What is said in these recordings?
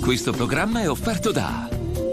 Questo programma è offerto da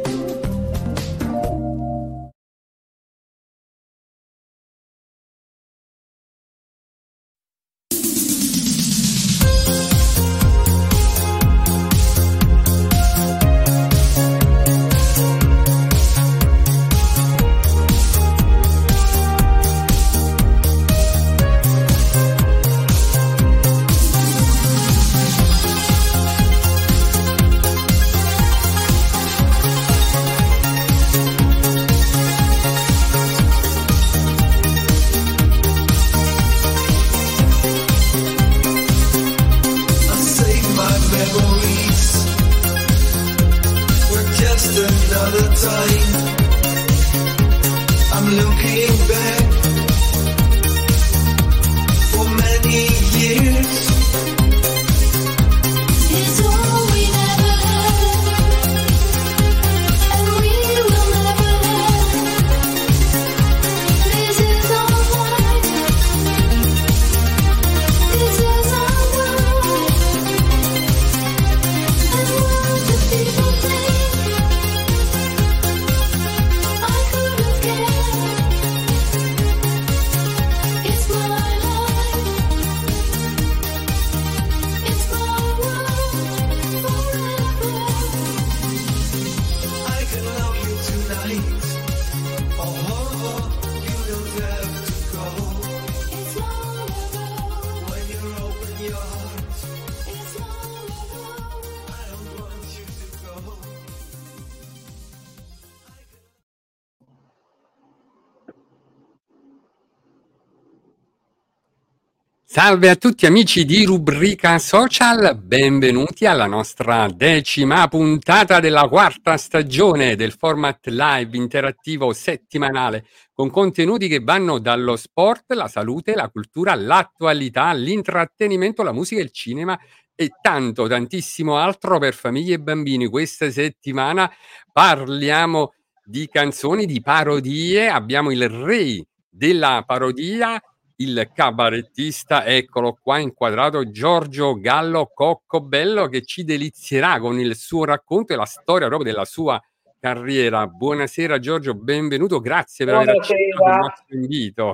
Salve a tutti amici di Rubrica Social, benvenuti alla nostra 10ª puntata della 4ª stagione del format live interattivo settimanale, con contenuti che vanno dallo sport, la salute, la cultura, l'attualità, l'intrattenimento, la musica, il cinema e tanto, tantissimo altro per famiglie e bambini. Questa settimana parliamo di canzoni, di parodie, abbiamo il re della parodia, il cabarettista, eccolo qua inquadrato, Giorgio Gallo Coccobello, che ci delizierà con il suo racconto e la storia proprio della sua carriera. Buonasera Giorgio, benvenuto, grazie per aver accettato il nostro invito.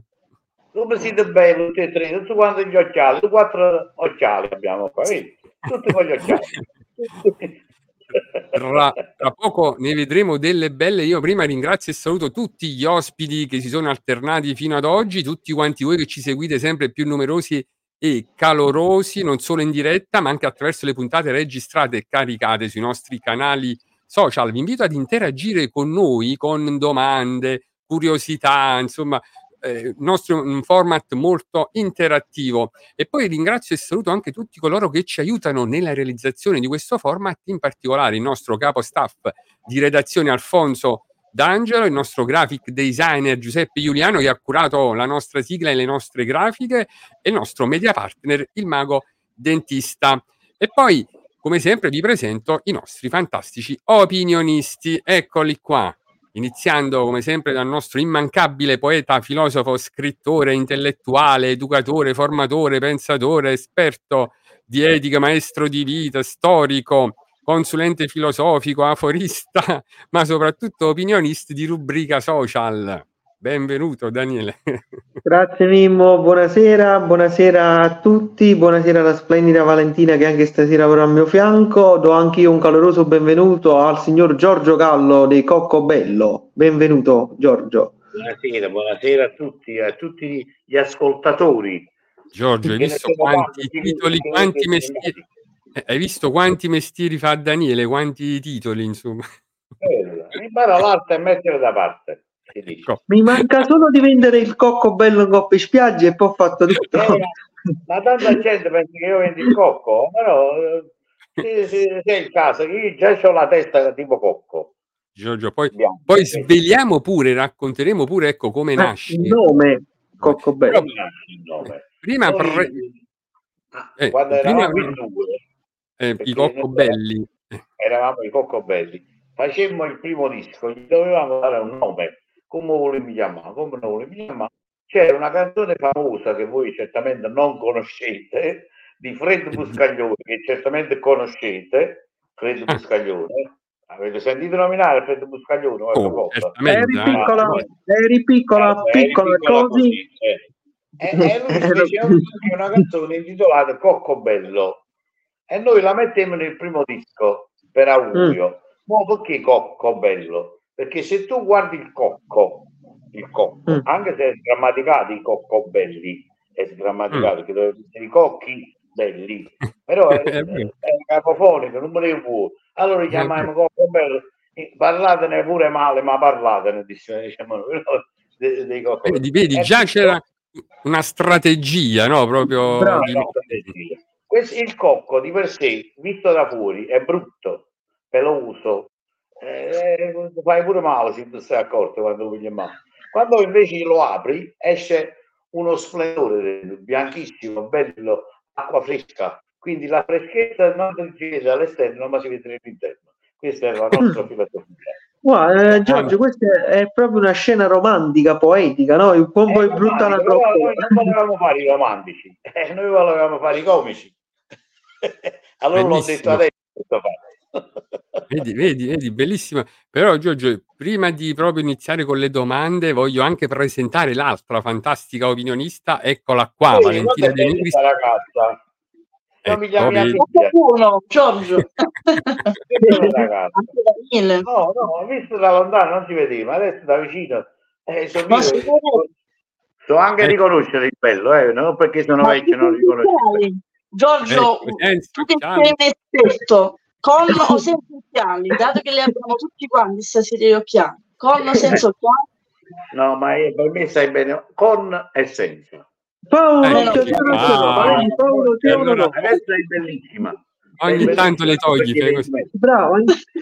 Come siete belli tutti e tre, tutti quanti gli occhiali, 4 occhiali abbiamo qua, vedi? Tutti con gli occhiali. Tra poco ne vedremo delle belle. Io prima ringrazio e saluto tutti gli ospiti che si sono alternati fino ad oggi, tutti quanti voi che ci seguite sempre più numerosi e calorosi, non solo in diretta ma anche attraverso le puntate registrate e caricate sui nostri canali social. Vi invito ad interagire con noi con domande, curiosità, insomma nostro un format molto interattivo. E poi ringrazio e saluto anche tutti coloro che ci aiutano nella realizzazione di questo format, in particolare il nostro capo staff di redazione Alfonso D'Angelo, il nostro graphic designer Giuseppe Giuliano che ha curato la nostra sigla e le nostre grafiche, e il nostro media partner il Mago Dentista. E poi come sempre vi presento i nostri fantastici opinionisti, eccoli qua. Iniziando come sempre dal nostro immancabile poeta, filosofo, scrittore, intellettuale, educatore, formatore, pensatore, esperto di etica, maestro di vita, storico, consulente filosofico, aforista, ma soprattutto opinionista di Rubrica Social. Benvenuto Daniele. Grazie Mimmo, buonasera a tutti, buonasera alla splendida Valentina che anche stasera avrà al mio fianco. Do anche io un caloroso benvenuto al signor Giorgio Gallo dei Coccobello. Benvenuto Giorgio. Buonasera a tutti gli ascoltatori. Giorgio, hai visto quanti titoli, quanti mestieri? Hai visto quanti mestieri fa Daniele, quanti titoli, insomma. Impara l'arte e mettere da parte. Ecco. Mi manca solo di vendere il Coccobello in coppe spiagge e poi ho fatto tutto. Ma tanta gente pensa che io vendo il cocco, però se è il caso che io già ho la testa tipo cocco. Giorgio, poi sveliamo pure, racconteremo pure, ecco, come nasce il nome Coccobello. Prima quando eravamo in due, i Coccobelli, eravamo i Coccobelli, facemmo il primo disco, gli dovevamo dare un nome. Come volevi chiamare? C'era una canzone famosa che voi certamente non conoscete, di Fred Buscaglione, che certamente conoscete, Freddo Buscaglione. Avete sentito nominare Freddo Buscaglione? Eri piccola così. E lui fece anche una canzone intitolata Coccobello e noi la mettemmo nel primo disco per augurio. Ma perché Coccobello? Perché se tu guardi il cocco, anche se è sgrammaticato i coccobelli, è sgrammaticato che doveva essere i cocchi belli, però è cacofonico, non me ne può. Allora li chiamiamo Coccobello, parlatene pure male, ma parlatene, diciamo, dei coccobelli. Vedi, già c'era una strategia, no? Proprio bravo, il cocco di per sé, visto da fuori, è brutto, peloso, fai pure male se tu stai accorto quando lo pigli in mano. Quando invece lo apri, esce uno splendore bianchissimo, bello, acqua fresca. Quindi la freschezza non si vede all'esterno, ma si vede all'interno. Questa è la nostra filosofia. Giorgio, questa è proprio una scena romantica, poetica, no? Un po' brutta la troppo. Noi non volevamo fare i romantici, noi volevamo fare i comici. Allora l'ho detto adesso. Vedi, bellissima. Però Giorgio, prima di proprio iniziare con le domande, voglio anche presentare l'altra fantastica opinionista. Eccola qua, Valentina De Nigris. Ragazza. Uno, Giorgio. No, ho visto da lontano, non si vedeva, adesso da vicino. So anche riconoscere il bello, non perché sono vecchio non riconosco. Giorgio, tu che sei un esperto, con o senza occhiali, dato che le abbiamo tutti quanti stasera gli occhiali, con o senza occhiali? No, ma per me stai bene con e senza. Paolo, adesso è bellissima. Ogni tanto le togli, così. Bravo.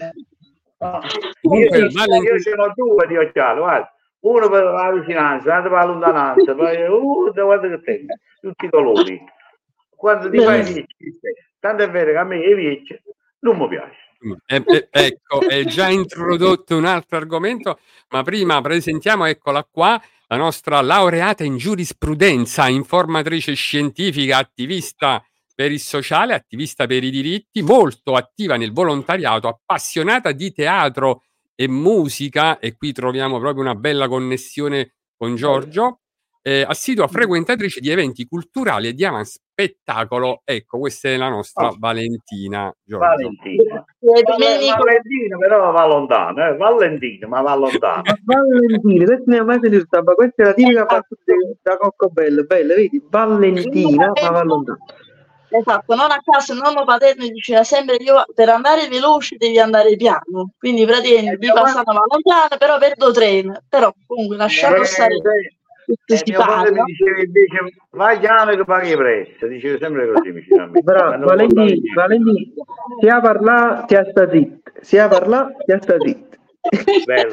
Io ce n'ho due di occhiali, guarda. Uno per la vicinanza, l'altro per la lontananza, guarda che tengo, tutti i colori. Quando ti fai viecchi, tanto è vero che a me i viecchi non mi piace. Ecco, è già introdotto un altro argomento, ma prima presentiamo, eccola qua, la nostra laureata in giurisprudenza, informatrice scientifica, attivista per il sociale, attivista per i diritti, molto attiva nel volontariato, appassionata di teatro e musica, e qui troviamo proprio una bella connessione con Giorgio, assidua frequentatrice di eventi culturali e di spettacolo. Ecco, questa è la nostra Valentina, Giorgio. Valentina però va lontano, Valentina, ma va lontano. Valentina, questo ne ho mai sentito, ma questa è la tipica battuta da Coccobello, bella, vedi? Valentina, ma va lontano. Esatto, non a caso il nonno paterno diceva sempre io per andare veloce devi andare piano, quindi praticamente mi passavano lontano, però perdo treno, però comunque lasciato stare. Mio padre mi diceva invece vai piano che paghi presto, diceva sempre così vicino a me. Bravo, Valentino, sia parla sia sta zitto, sia parla sia sta zitto. Bello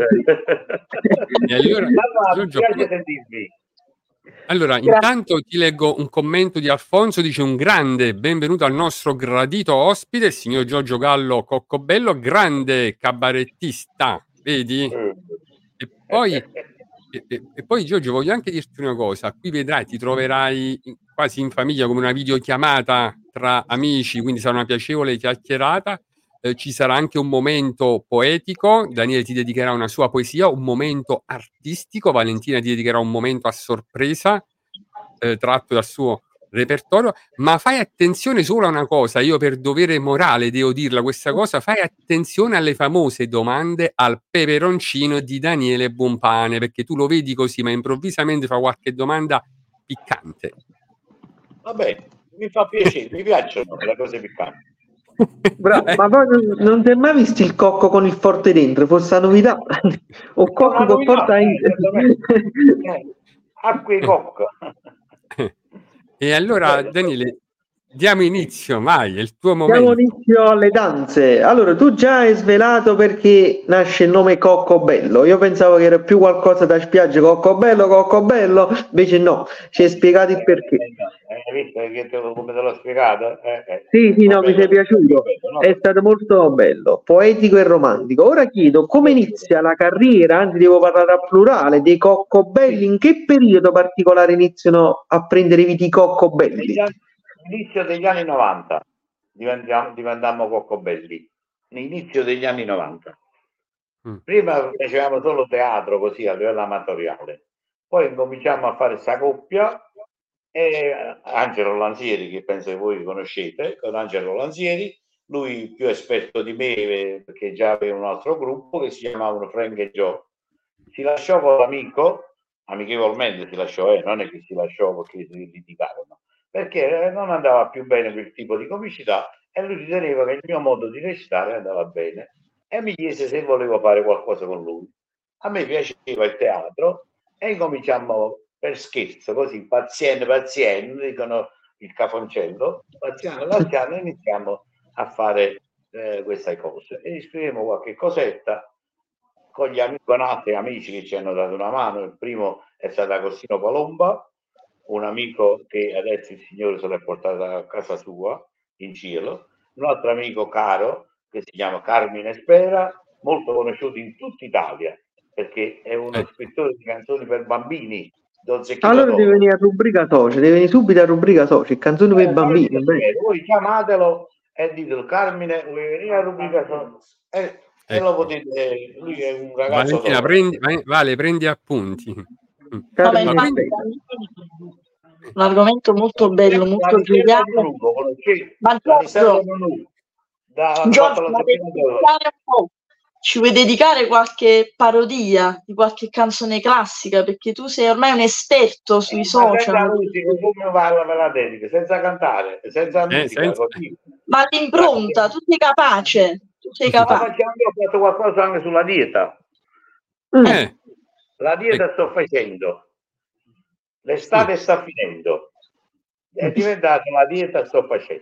e allora, Giorgio, allora intanto ti leggo un commento di Alfonso, dice: un grande benvenuto al nostro gradito ospite, il signor Giorgio Gallo Coccobello, grande cabarettista, vedi? E poi Giorgio, voglio anche dirti una cosa, qui vedrai, ti troverai quasi in famiglia, come una videochiamata tra amici, quindi sarà una piacevole chiacchierata, ci sarà anche un momento poetico, Daniele ti dedicherà una sua poesia, un momento artistico, Valentina ti dedicherà un momento a sorpresa, tratto dal suo repertorio, ma fai attenzione solo a una cosa, io per dovere morale devo dirla questa cosa, fai attenzione alle famose domande al peperoncino di Daniele Buonpane, perché tu lo vedi così, ma improvvisamente fa qualche domanda piccante. Vabbè, mi fa piacere, mi piacciono le cose piccanti. Bravo, ma poi non ti è mai visto il cocco con il forte dentro? Forse una novità? O cocco con forte acqua e cocco. E allora Daniele, diamo inizio, vai, è il tuo momento. Diamo inizio alle danze. Allora, tu già hai svelato perché nasce il nome Coccobello. Io pensavo che era più qualcosa da spiaggia, Coccobello, invece no, ci hai spiegato il perché. Hai visto come te l'ho spiegato? Sì, no, mi sei piaciuto, è stato molto bello, poetico e romantico. Ora chiedo come inizia la carriera, anzi devo parlare a plurale, dei Coccobelli, in che periodo particolare iniziano a prendere vita i Coccobelli? Inizio degli anni 90, diventammo Coccobelli, all'inizio degli anni 90. Prima facevamo solo teatro così a livello amatoriale, poi cominciamo a fare questa coppia e Angelo Lanzieri, che penso che voi conoscete, con Angelo Lanzieri, lui più esperto di me perché già aveva un altro gruppo che si chiamavano Frank e Joe. Si lasciò con l'amico, amichevolmente si lasciò, non è che si lasciò perché si litigavano, perché non andava più bene quel tipo di comicità e lui riteneva che il mio modo di recitare andava bene e mi chiese se volevo fare qualcosa con lui. A me piaceva il teatro e incominciamo per scherzo, così, paziente, dicono il cafoncello, paziente, iniziamo a fare queste cose e scriviamo qualche cosetta con gli amici, con altri amici che ci hanno dato una mano. Il primo è stato Agostino Palomba, un amico che adesso il Signore se l'è portato a casa sua in cielo, un altro amico caro che si chiama Carmine Spera, molto conosciuto in tutta Italia perché è uno scrittore di canzoni per bambini. Allora deve venire a rubrica soci, deve venire subito a rubrica soci, canzoni per bambini. Voi chiamatelo e ditelo: Carmine, vuoi venire a rubrica soci? E lo potete, lui è un ragazzo. Valentina, prendi appunti. Un argomento molto bello, molto giocato. Ma Giorgio, ci vuoi dedicare qualche parodia di qualche canzone classica? Perché tu sei ormai un esperto sui social. Senza musica, come me la dedica? Senza cantare, senza musica. Così. Ma l'impronta, tu sei capace. Tu sei capace. Io ho fatto qualcosa anche sulla dieta. La dieta sto facendo. L'estate sta finendo. È diventata la dieta sto facendo.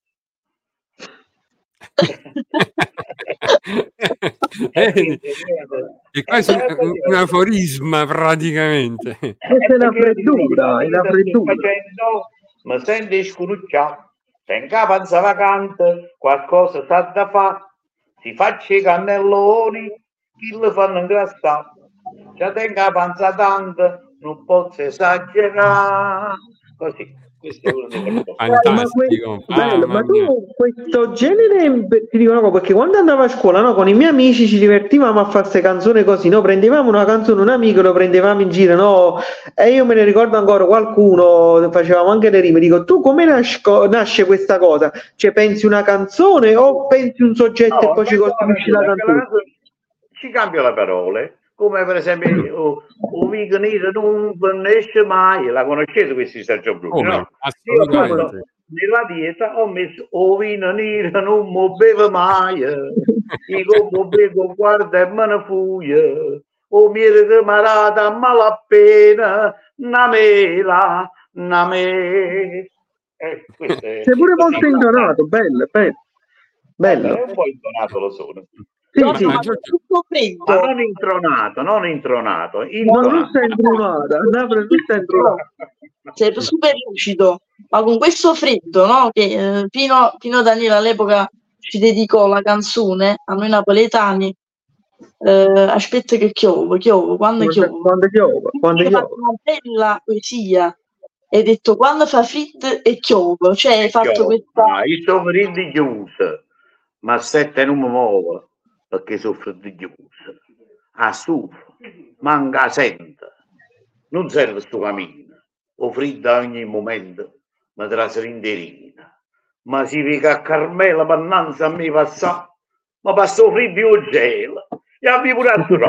E questo è un aforisma praticamente. È la freddura, è la freddura. Mi senti scurucciato, tenga panza vacante, qualcosa sa da fare, si faccia i cannelloni, chi lo fanno ingrassare, già tenga panza tanta, non posso esagerare, così. Fantastico, ma tu questo genere ti dico una cosa, perché quando andavo a scuola, no, con i miei amici ci divertivamo a fare queste canzoni così, no? Prendevamo una canzone, un amico lo prendevamo in giro, no? E io me ne ricordo ancora, qualcuno facevamo anche le rime, dico: tu come nasce questa cosa? Cioè pensi una canzone o pensi un soggetto e poi ci costruisci la canzone? Ci cambio le parole, come per esempio Vigo Nero non finisce mai, la conoscete questi Sergio Bruno? No? Assolutamente. Nella dieta ho messo vino nero non mi bevo mai, io bevo guarda e me ne fuio, o mio camarada malappena, una mela, una me. Sei pure molto intonato, bello. Un po' intonato lo sono. Ma tutto freddo. Ma non intronato. Non sei intronata, sei super lucido, ma con questo freddo, no? Che Pino Daniele all'epoca ci dedicò la canzone a noi napoletani. Aspetta che chiovo, quando chiovo. Una bella poesia. Hai detto quando fa freddo e chiovo, cioè hai fatto questa. Io sono freddo chiuso, ma sette non mi muovo. Perché soffro di chiuso, a stufo, manca sente, non serve sto cammino, o freddo a ogni momento, ma tra serinderina, ma si vede a Carmela pannanza a me passa, ma passo freddo io gelo, e abbi pure a tu.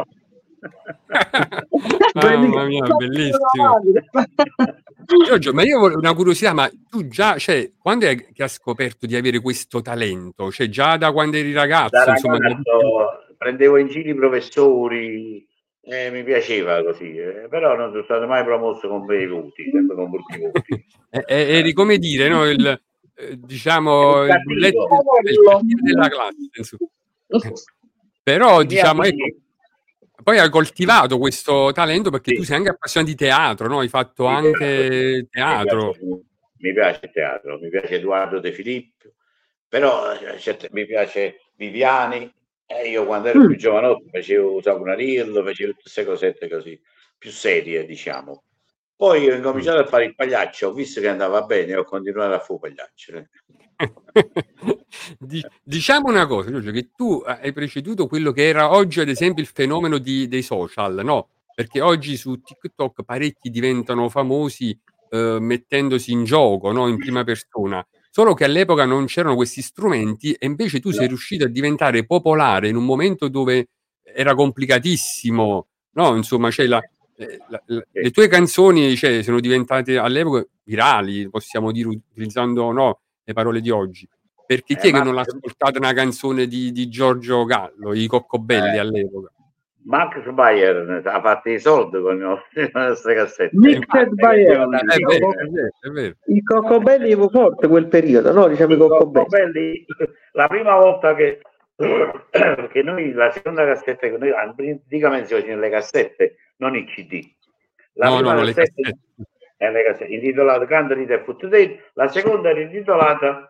Mamma mia, bellissimo. Giorgio, ma io ho una curiosità, ma tu già, cioè, quando è che hai scoperto di avere questo talento? Cioè, già da quando eri ragazzo, insomma, prendevo in giro i professori, mi piaceva così, però non sono stato mai promosso con bei voti, sempre con brutti voti. Eri come dire, no? Il bulletto della classe, insomma. Però, diciamo, ecco, poi hai coltivato questo talento perché tu sei anche appassionato di teatro, no? Hai fatto anche teatro. Mi piace il teatro, mi piace Edoardo De Filippo, però mi piace Viviani. Io quando ero più giovanotto facevo Saponariello, facevo tutte queste cosette così, più serie, diciamo. Poi ho incominciato a fare il pagliaccio, ho visto che andava bene, ho continuato a fare il pagliaccio. Diciamo una cosa, Giorgio, che tu hai preceduto quello che era oggi, ad esempio, il fenomeno dei social, no? Perché oggi su TikTok parecchi diventano famosi mettendosi in gioco, no? In prima persona. Solo che all'epoca non c'erano questi strumenti e invece tu sei riuscito a diventare popolare in un momento dove era complicatissimo, no? Insomma, le tue canzoni, cioè, sono diventate all'epoca virali, possiamo dire, utilizzando, no, le parole di oggi. Perché chi è che non l'ha Max, ascoltata una canzone di Giorgio Gallo, i Coccobelli all'epoca? Max Bayer ha fatto i soldi con le nostre cassette. Mixed by Aaron. È vero, è vero, è vero. I Coccobelli ero forte quel periodo, no? Diciamo i Coccobelli. La prima volta che noi, la seconda cassetta che noi praticamente si facevano le cassette, non i CD. La prima cassetta è le cassette, intitolata Canta, ride e fottuteli. La seconda era intitolata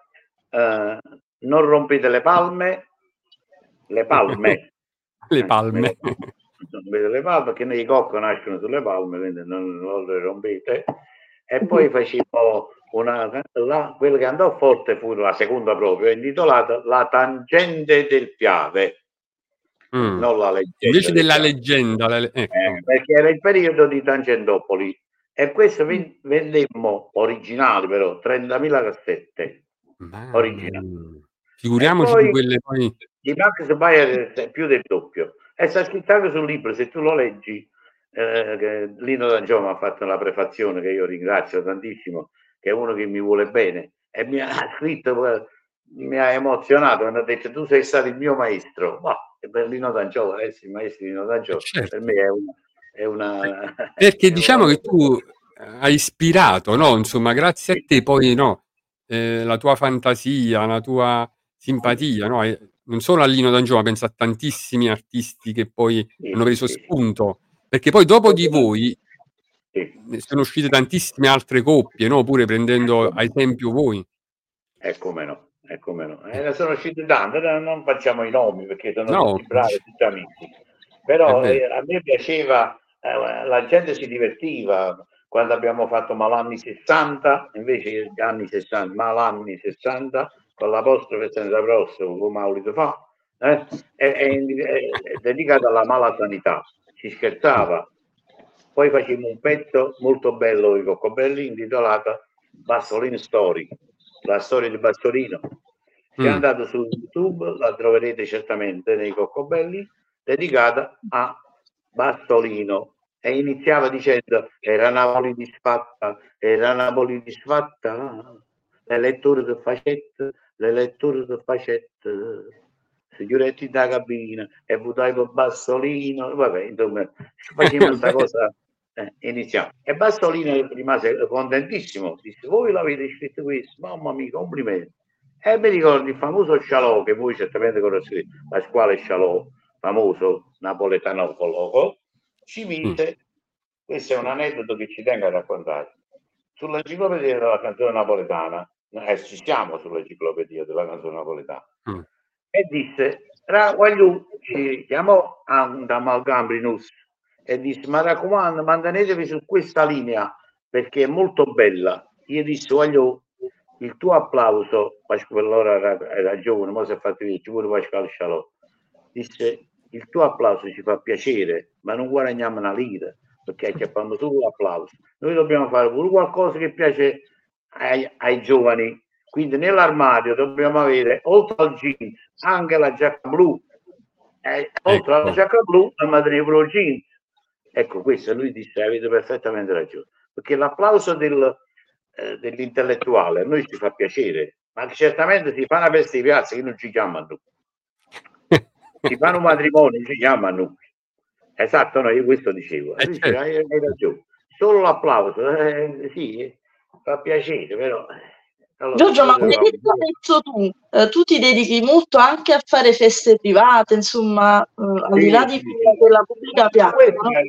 Non rompete le palme. Le palme. Le palme. Non rompete le palme, perché i cocco nascono sulle palme, quindi non le rompete. E poi facevo quella che andò forte fu la seconda proprio, intitolata La tangente del Piave. Non la leggenda. Invece della leggenda. Perché era il periodo di Tangentopoli. E questo vendemmo originali, però 30.000 cassette originali. Figuriamoci poi, di quelle poi. Di Max Bayer è più del doppio. E sta scritto anche sul libro, se tu lo leggi, Lino D'Angio mi ha fatto una prefazione che io ringrazio tantissimo, che è uno che mi vuole bene, e mi ha scritto, mi ha emozionato, mi ha detto tu sei stato il mio maestro. Ma per Lino D'Angio, il maestro di Lino D'Angio, certo. per me è una perché diciamo che tu hai ispirato, no? Insomma, grazie a te poi, no? La tua fantasia, la tua simpatia, no? Non solo a Lino D'Angio, ma penso a tantissimi artisti che poi hanno preso spunto, perché poi dopo di voi ne sono uscite tantissime altre coppie, no? Pure prendendo a esempio voi. Come no. Ne sono uscite tante, non facciamo i nomi perché sono tutti bravi, tutti amici. Però a me piaceva, la gente si divertiva. Quando abbiamo fatto Malanni 60, invece gli anni 60, Malanni 60, con l'apostrofe senza prossimo, come Maulito fa, è dedicato alla malasanità. Si scherzava. Poi facevamo un pezzo molto bello di Coccobelli intitolato Bassolino Story, la storia di Bassolino. Se andate su YouTube la troverete certamente nei Coccobelli, dedicata a Bassolino. E iniziava dicendo era Napoli disfatta, le letture che facette, figuretti da cabina e votai per Bassolino, vabbè, insomma, facciamo questa cosa, iniziamo. E Bassolino rimase contentissimo, disse, voi l'avete scritto questo, mamma mia, complimenti. E mi ricordo il famoso Scialò, che voi certamente conoscete, Pasquale Scialò, famoso napoletano, ci mise, questo è un aneddoto che ci tengo a raccontare, sull'enciclopedia della canzone napoletana, ci siamo sull'enciclopedia della canzone napoletana, e disse, ci chiamò Andamal Gambrinus e disse, ma raccomando, mantenetevi su questa linea perché è molto bella. Io disse, voglio il tuo applauso, allora era giovane, ma si è fatto vecchio, pure Pasquale Scialò, disse, il tuo applauso ci fa piacere, ma non guadagniamo una lira, perché acchiappiamo solo l'applauso. Noi dobbiamo fare pure qualcosa che piace ai giovani. Quindi nell'armadio dobbiamo avere, oltre al jeans, anche la giacca blu. Oltre alla giacca blu, la madrevolo jeans. Ecco, questo lui disse, avete perfettamente ragione. Perché l'applauso dell'intellettuale a noi ci fa piacere, ma certamente si fa una festa di piazza che non ci chiamano. Si fanno un matrimonio, ci chiamano. Esatto, no, io questo dicevo. Certo. Hai ragione. Solo l'applauso, sì, fa piacere, però... Allora, Giorgio, ma come penso tu ti dedichi molto anche a fare feste private, insomma, al di là di quella pubblica piazza.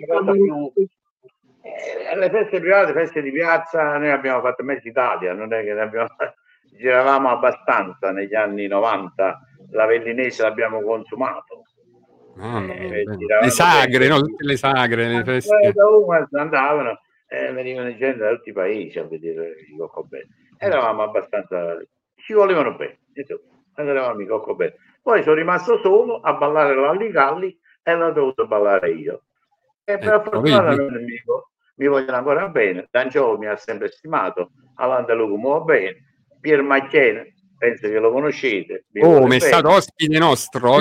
Le feste private, feste di piazza, noi abbiamo fatto mezza Italia, non è che ne abbiamo... giravamo abbastanza negli anni 90, la Vellinese l'abbiamo consumato. Le sagre, no? Tutte le sagre, le feste. Andavano, venivano gente da tutti i paesi a vedere i Coccobelli. Eravamo abbastanza, ci volevano bene. quando eravamo amici Coccobello. Poi sono rimasto solo a ballare l'Alligalli e l'ho dovuto ballare io. E per fortunatamente mi vogliono ancora bene. D'Angiolo mi ha sempre stimato, Alain De Luca mi va bene, Pier Macchiene, penso che lo conoscete. Mi è stato ospite nostro,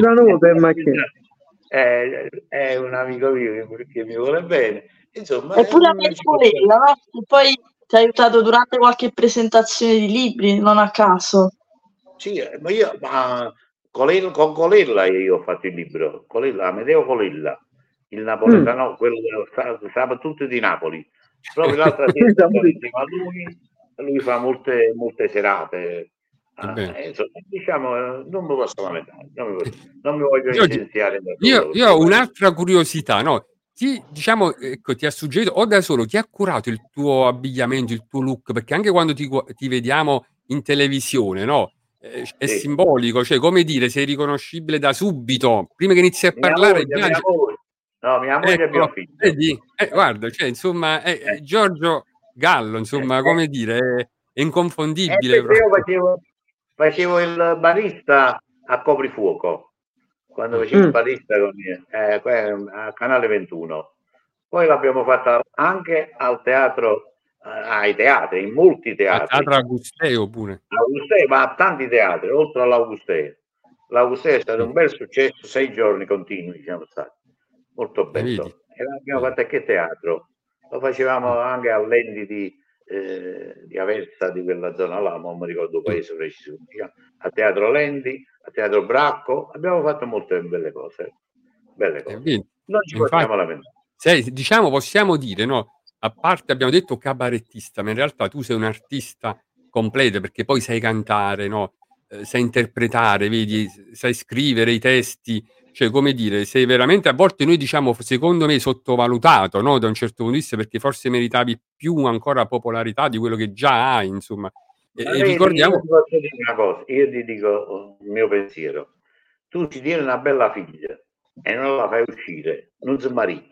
è un amico mio che mi vuole bene. Insomma, eppure a me Colella, no? E poi ti ha aiutato durante qualche presentazione di libri, non a caso. Sì, ma con Colella io ho fatto il libro, Amedeo Colella, il napoletano, quello che stava tutti di Napoli. Proprio l'altra sera insieme a lui fa molte serate. Insomma, diciamo, non mi posso lamentare, non mi voglio licenziare. Io ho un'altra curiosità, no? Diciamo, ecco, ti ha suggerito o da solo, chi ha curato il tuo abbigliamento, il tuo look? Perché anche quando ti vediamo in televisione, no? È simbolico, cioè come dire, sei riconoscibile da subito, prima che inizi a parlare. Mia moglie e mio figlio. Guarda, cioè, insomma, Giorgio Gallo, insomma, come dire, è inconfondibile. Io facevo il barista a Coprifuoco, quando facevo il barista a Canale 21. Poi l'abbiamo fatta anche al teatro, ai teatri, in molti teatri. Al teatro Augusteo pure. Augusteo, ma a tanti teatri, oltre all'Augusteo. L'Augusteo è stato un bel successo, 6 giorni continui siamo stati. Molto bello. E l'abbiamo fatto anche teatro. Lo facevamo anche a Lendi di Aversa, di quella zona là, non mi ricordo il paese preciso, a Teatro Lendi, a Teatro Bracco, abbiamo fatto molte belle cose. Non ci possiamo lamentare. Diciamo, possiamo dire, no? A parte abbiamo detto cabarettista, ma in realtà tu sei un artista completo, perché poi sai cantare, no? Sai interpretare, vedi, sai scrivere i testi, cioè come dire, sei veramente, a volte noi diciamo, secondo me, sottovalutato, no? Da un certo punto di vista, perché forse meritavi più ancora popolarità di quello che già hai, insomma. E ricordiamo... Io ti posso dire una cosa, io ti dico il mio pensiero. Tu ci tieni una bella figlia e non la fai uscire, non si marita.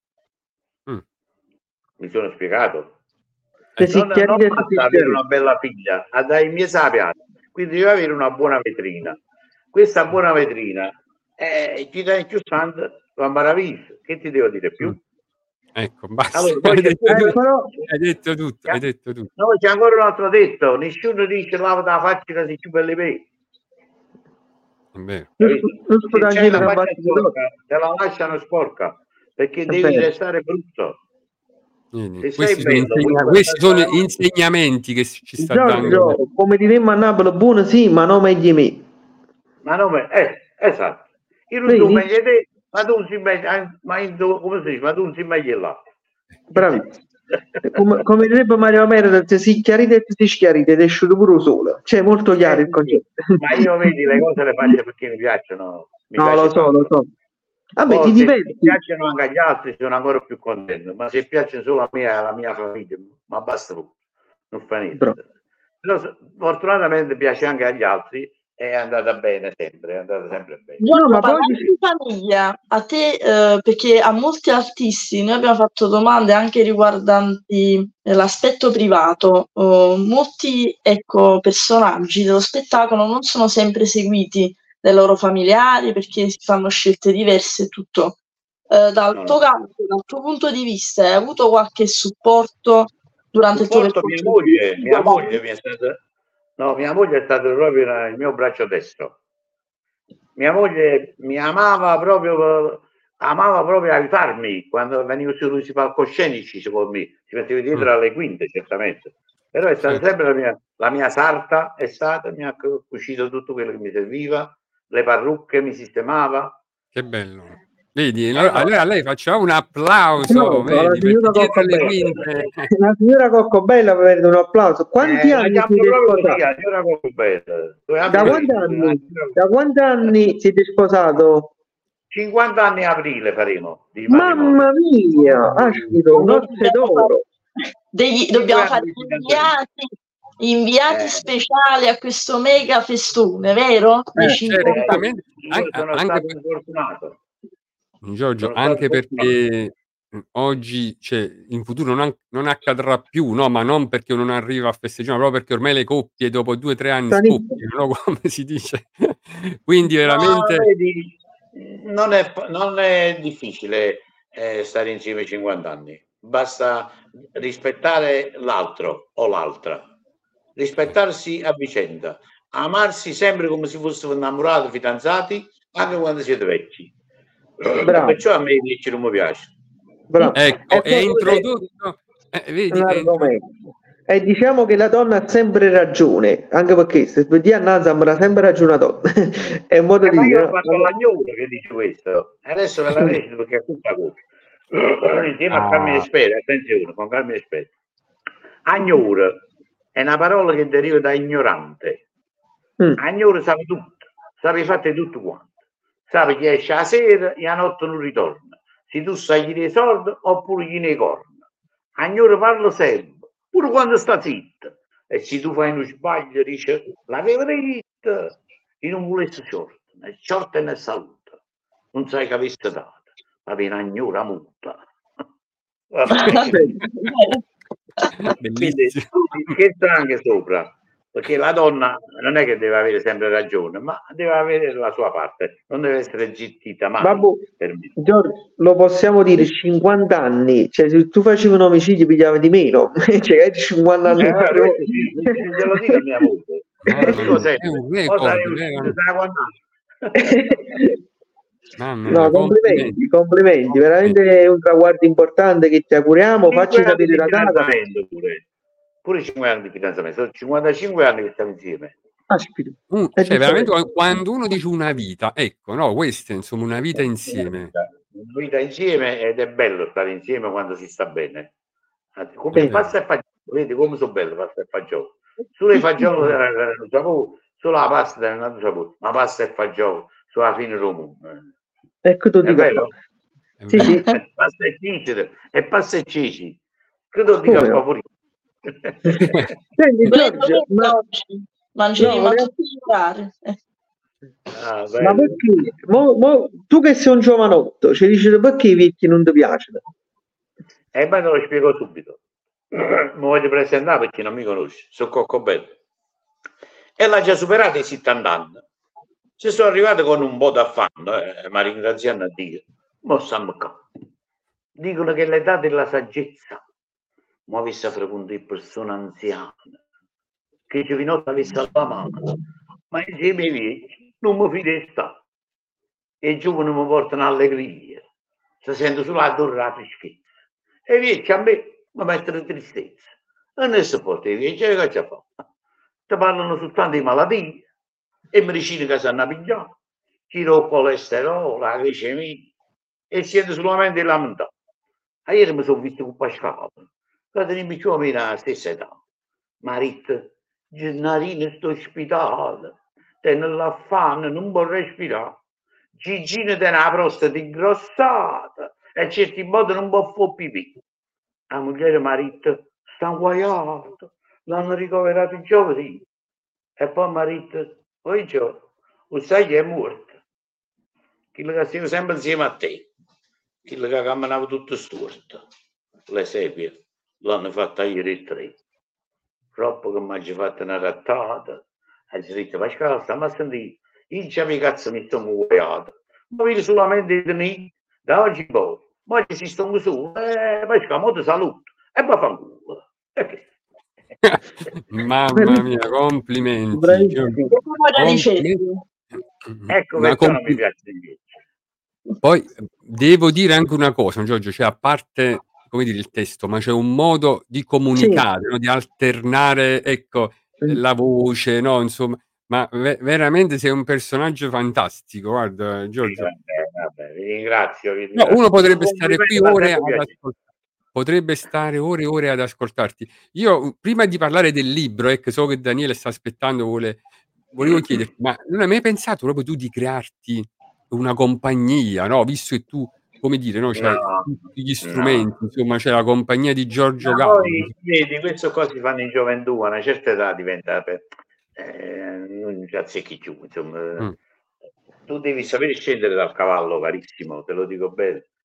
Mi sono spiegato? Non basta avere una bella figlia, a dai miei sapiati. Quindi devi avere una buona vetrina. Questa buona vetrina ci dai più stand, va maraviglia. Che ti devo dire più? Ecco, basta. Allora, hai detto tutto. No, c'è ancora un altro detto. Nessuno dice lava la faccia che si chiude le pene. È vero. Te la lasciano sporca perché devi restare brutto. Questi sono insegnamenti che ci sta dando. Come diremmo a Napoli, buono sì, ma non meglio me. Ma non esatto. Io non so meglio te, ma tu si meglio, come si dice, ma tu si meglio là. Bravissimo. Come direbbe Mario Merda, se si chiarite e si schiarite ed esce pure solo. Cioè, molto chiaro il concetto. Ma io vedi le cose le faccio perché mi piacciono. Lo so. Vabbè, ti diverti. Se piacciono anche agli altri sono ancora più contento, ma se piacciono solo a me e alla mia famiglia, ma basta poco, non fa niente. Però fortunatamente piace anche agli altri, è andata bene sempre, è andata sempre bene. No, ma poi di famiglia, a te, perché a molti artisti noi abbiamo fatto domande anche riguardanti l'aspetto privato, molti personaggi dello spettacolo non sono sempre seguiti dai loro familiari perché si fanno scelte diverse e tutto. Dal tuo punto di vista, hai avuto qualche supporto durante il tuo percorso? Mia moglie è stata proprio il mio braccio destro. Mia moglie mi amava proprio aiutarmi quando venivo sui palcoscenici, secondo me, si metteva dietro alle quinte, certamente. Però è stata sempre la mia sarta, mi ha cucito tutto quello che mi serviva, le parrucche, mi sistemava. Che bello. Vedi, allora a lei facciamo un applauso. La signora Coccobella merita un applauso. Quanti anni siete sposati? Da quanti anni siete sposato? 50 anni a aprile faremo. Mamma mia, nozze d'oro. Dobbiamo fare inviati speciali a questo mega festone, vero? Certamente. Sono stato fortunato. Giorgio, anche perché oggi, cioè, in futuro non accadrà più, no, ma non perché non arriva a festeggiare, proprio perché ormai le coppie dopo 2-3 anni scoppiano, no, come si dice. Quindi No, veramente vedi, non è difficile stare insieme 50 anni. Basta rispettare l'altro o l'altra, rispettarsi a vicenda, amarsi sempre come se fossero innamorati, fidanzati, anche quando siete vecchi. Bravo. Perciò a me i vecchi non mi piace. Bravo. ecco, è poi introdotto, vedi, un è introdotto. argomento. E diciamo che la donna ha sempre ragione, anche perché se vedi annanzi avrà sempre ragione la donna. È un modo di Ma io dire, ho no? fatto l'agnolo che dice questo, adesso ve la recito perché è tutta cosa. Insieme a Carmine Ah, Spera, attenzione, con Carmine Spera. Agnore è una parola che deriva da ignorante. Agnore sa tutto, sa fate tutto quanto. Sa chi esce la sera e a notte non ritorna. Se tu sai gli dei soldi oppure gli ne corna. Agnore parla sempre, pure quando sta zitto. E se tu fai uno sbaglio dice l'avevo detto e non volesse short, né short né saluta. Non sai che avesse dato, ma viene agnora multa. Quindi bellissimo. si scherza anche sopra, perché la donna non è che deve avere sempre ragione, ma deve avere la sua parte, non deve essere zittita mai. Vabbè, Per me. Giorgio, lo possiamo dire 50 anni, cioè se tu facevi un omicidio pigliavi di meno, cioè 50 anni fa. Questo sì, te lo dico a mia moglie, te lo dico È sempre. un O record, sarei uscito da 40 anni. mamma No, mia, complimenti, veramente è un traguardo importante che ti auguriamo, 5 facci anni sapere di la data. fidanzamento pure 5 anni di fidanzamento, sono 55 anni che stiamo insieme. Aspetta. Cioè veramente quando uno dice una vita, ecco, no, questa è insomma una vita insieme. Una vita insieme ed è bello stare insieme quando si sta bene. Come pasta e fagiolo, vedi come sono bello pasta e fagiolo. Solo i fagioli, solo la pasta è un altro sapore, ma pasta e fagiolo sulla fine Roma. Ecco tu È dico. vero? Sì, sì. Pasta e ceci, e pasta e ceci. Credo dica Come no? favorito. Senti Giorgio, mangeremo a tutti i orari. Ma perché? Tu che sei un giovanotto, ci dici perché i vecchi non ti piacciono? E poi te lo spiego subito. Mi voglio presentare perché non mi conosce. Sono Coccobello. E l'ha già superato i 70 anni. Ci sono arrivato con un po' d'affanno, ma ringraziando a Dio. Ma stiamo qua. Dicono che l'età della saggezza mi avesse frequentato persone anziane, che giovinotto avesse la mano, ma insieme ai vecchi non mi fidesta. E i giovani mi portano allegria, si sento sulla torre la freschezza. E i vecchi a me mi mettono tristezza. E non si porta i vecchi, che ci fa? Ti parlano soltanto di malattie e medicine che sanno pigliare, tiro il colesterolo, la glicemia, e siete solamente lamentati. Ieri mi sono visto con Pasquale, che teníamos più o meno la stessa età. Marito, Gennarino sto ospitale, tengo l'affanno, non può respirare. Gigino tiene la prostata ingrossata e certi modi non può fare pipì. La moglie marito sta guaiato, l'hanno ricoverato giovedì. E poi marito, poi lo sai che è morto. Quello che stiamo sempre insieme a te, quello che camminava tutto storto, le sepie l'hanno fatta ieri il 3. Troppo che mi ha fatto una rattata, e si dice, Pasquale, stiamo a sentire, io già mi cazzo mi sono guaiato, ma vedo solamente di da oggi in poi, ma ci sto su, Pasquale, mo ti saluto, e poi fa un culo. Mamma mia, complimenti. Ecco perché non mi piace invece. Poi devo dire anche una cosa, Giorgio, cioè a parte, come dire, il testo, ma c'è un modo di comunicare, no? Di alternare, ecco, la voce, no? Insomma, ma veramente sei un personaggio fantastico, guarda, Giorgio. Vabbè, vi ringrazio. No, uno potrebbe stare qui ore ad ascoltare. Potrebbe stare ore e ore ad ascoltarti. Io, prima di parlare del libro, che so che Daniele sta aspettando, volevo chiederti, ma non hai mai pensato proprio tu di crearti una compagnia, no? Visto che tu, come dire, no, c'hai tutti gli strumenti, insomma, c'è la compagnia di Giorgio Gallo. Poi, vedi, questo qua si fanno in gioventù, a una certa età diventa non ci azzecchi più, insomma. Tu devi sapere scendere dal cavallo, carissimo, te lo dico bene.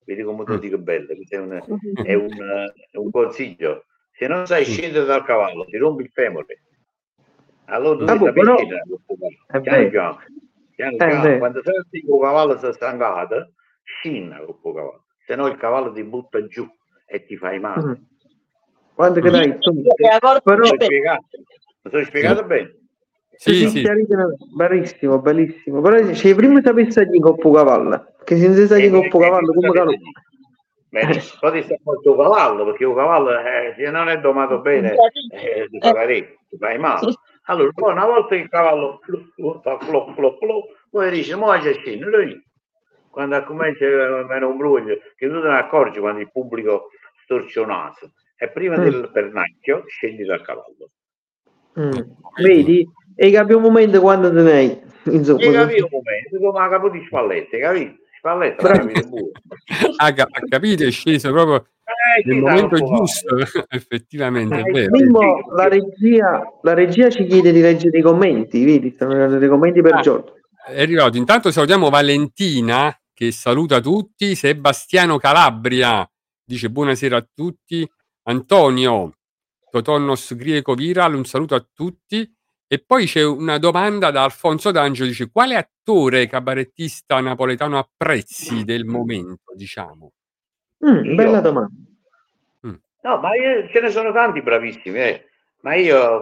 vedi come te lo dico bello, è un consiglio. Se non sai scendere dal cavallo, ti rompi il femore. Allora tu devi sapere scendere piano piano. Quando senti che il cavallo si è stancato, scinna con il cavallo, se no il cavallo ti butta giù e ti fai male. Quando che dai, però mi sono spiegato bene? Sì. Bellissimo. Però se prima sapessi di coppo cavallo, che se non si sa di coppo cavallo, come cavolo? Poi ti sta fatto cavallo, perché il cavallo se non è domato bene ti fai male. Allora poi una volta che il cavallo fa poi dice mo c'è scendere, quando comincia a avere un bruglio che tu te ne accorgi quando il pubblico storce un naso e prima del pernacchio scendi dal cavallo. Vedi? E capi un momento quando te ne hai, insomma. E capi un momento come a capo di Spallette, capito? Spalletta ha capito, è sceso proprio nel momento giusto. Effettivamente è vero. Mimmo, la regia ci chiede di leggere i commenti, vedi? Stanno arrivando dei commenti per Giorgio. È arrivato. Intanto salutiamo Valentina che saluta tutti, Sebastiano Calabria dice buonasera a tutti, Antonio Totonnos Grieco Viral, un saluto a tutti. E poi c'è una domanda da Alfonso D'Angelo, dice quale attore cabarettista napoletano apprezzi del momento, diciamo? Bella domanda. No, ma ce ne sono tanti bravissimi, ma io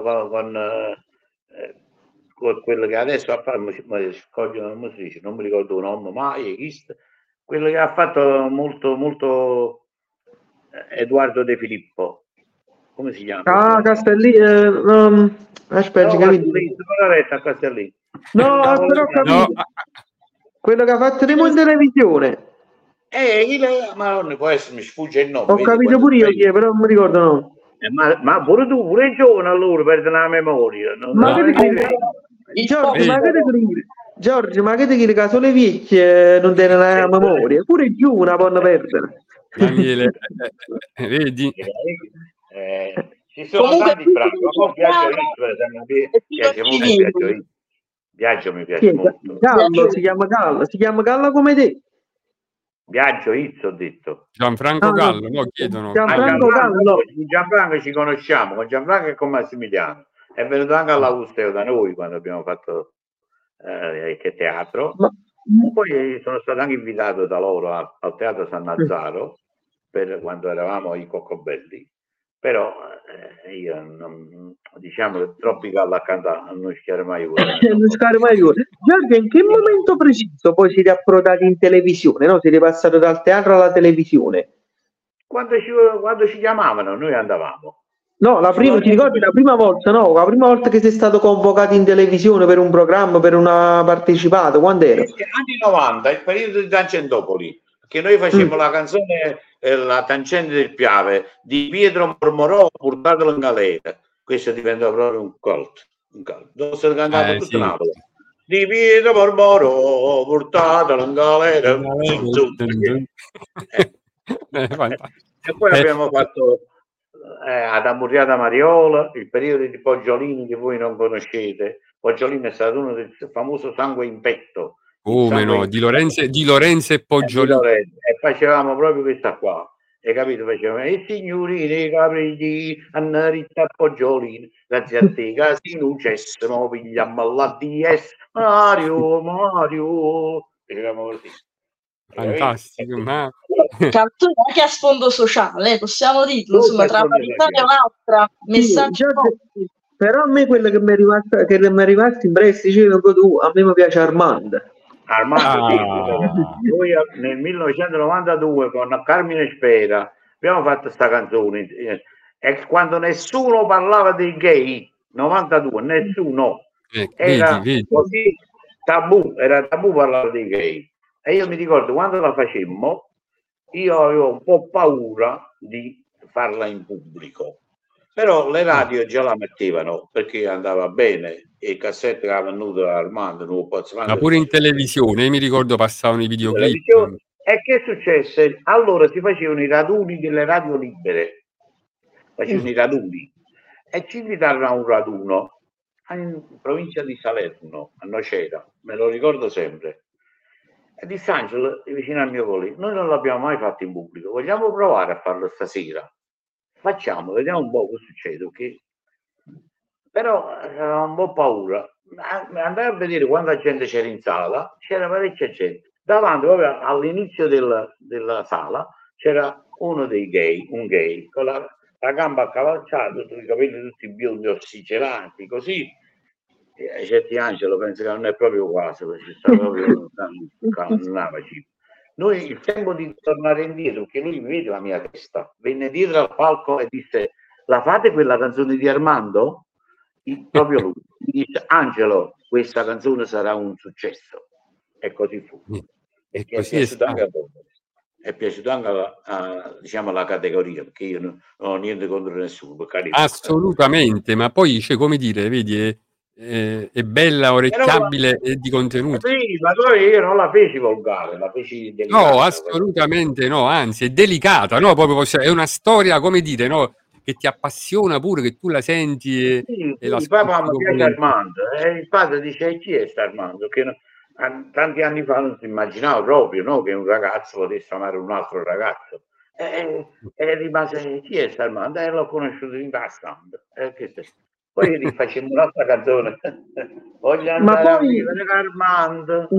con quello che adesso ha fatto, non mi ricordo un nome mai, quello che ha fatto molto Edoardo De Filippo, come si chiama? Castellini, aspetta, a Castellini. No, però ho capito. Quello che ha fatto Remo in televisione. Ma non può essere, mi sfugge il nome. Ho capito pure io chi è, però non mi ricordo no. Ma pure tu, pure giovane allora, perdi la memoria. Giorgio, ma che ti chiede che solo le vecchie non tenen la memoria? Pure giù una possono perdere. Daniele, vedi? Ci sono tanti bravi, Biagio mi piace molto. Gallo, si chiama Gallo come te. Biagio Izzo ho detto. Gianfranco Gallo, no, chiedono. Gianfranco ci conosciamo, con Gianfranco e con Massimiliano. È venuto anche all'Austeo da noi quando abbiamo fatto che teatro. Poi sono stato anche invitato da loro al Teatro San Nazzaro per quando eravamo i Coccobelli. Però io non, diciamo che troppi galli a cantare non schiare mai uno. Giorgio, in che momento preciso poi siete approdati in televisione? No? Siete passati dal teatro alla televisione? Quando ci chiamavano noi andavamo. No, ti ricordi la prima volta? No, la prima volta che sei stato convocato in televisione per un programma, per una partecipato, quando era? Anni 90, il periodo di Tangentopoli, che noi facevamo la canzone La tangente del Piave di Pietro Mormorò, portatelo in galera. Questo diventa proprio un cult. Dove si è cantato tutto Napoli. Di Pietro Mormorò, portatelo in galera. E poi abbiamo fatto ad Amurriata Mariola, il periodo di Poggiolini che voi non conoscete. Poggiolini è stato uno del famoso Sangue in petto. Come no, di Lorenzo e Poggiolini. E facevamo proprio questa qua. Hai capito? Facevamo i signorini, i capriti, Annarita Poggiolini, grazie a te, Casinucessimo, pigliamo alla DS, Mario. Facevamo così. Fantastico, ma canzone anche a sfondo sociale, possiamo dirlo, insomma, tra una verità e un'altra, messaggi. Però a me quello che mi è rimasto impresso, dicevo tu, a me mi piace Armando. Noi nel 1992 con Carmine Spera abbiamo fatto questa canzone e quando nessuno parlava dei gay, 92, nessuno, era così era tabù parlare dei gay. E io mi ricordo quando la facemmo, io avevo un po' paura di farla in pubblico, però le radio già la mettevano perché andava bene e i cassetti che avevano venuto da Armando, ma pure in televisione, mi ricordo passavano i videoclip. E che successe? Allora si facevano i raduni delle radio libere, facevano i raduni e ci invitarono a un raduno in provincia di Salerno, a Nocera, me lo ricordo sempre. E disse Angelo, vicino al mio collega, noi non l'abbiamo mai fatto in pubblico, vogliamo provare a farlo stasera? Facciamo, vediamo un po' cosa succede, ok? Però aveva un po' paura. Andare a vedere quanta gente c'era in sala, c'era parecchia gente. Davanti, proprio all'inizio della sala, c'era uno dei gay, un gay, con la gamba accavalciata, i capelli tutti biondi ossigenati, così. E certi Angelo penso che non è proprio quasi, perché sta proprio noi il tempo di tornare indietro, perché lui vede la mia testa, venne dietro al palco e disse: la fate quella canzone di Armando? Proprio lui dice: Angelo, questa canzone sarà un successo. E così fu. E è piaciuto anche diciamo alla categoria, perché io non ho niente contro nessuno, per carità. Assolutamente, ma poi c'è, come dire, vedi, è bella, orecchiabile e di contenuti. Sì, ma io non la feci volgare, la feci delicata. No, assolutamente no, anzi è delicata, no? Proprio è una storia, come dire, no? Che ti appassiona pure, che tu la senti e la il papà mi piace Armando, e il padre dice: chi è sta Armando? Che tanti anni fa non si immaginava proprio, no, che un ragazzo potesse amare un altro ragazzo. E rimase: chi è sta Armando? E l'ho conosciuto in passando. Poi facciamo un'altra canzone. Voglio andare a vivere Armando.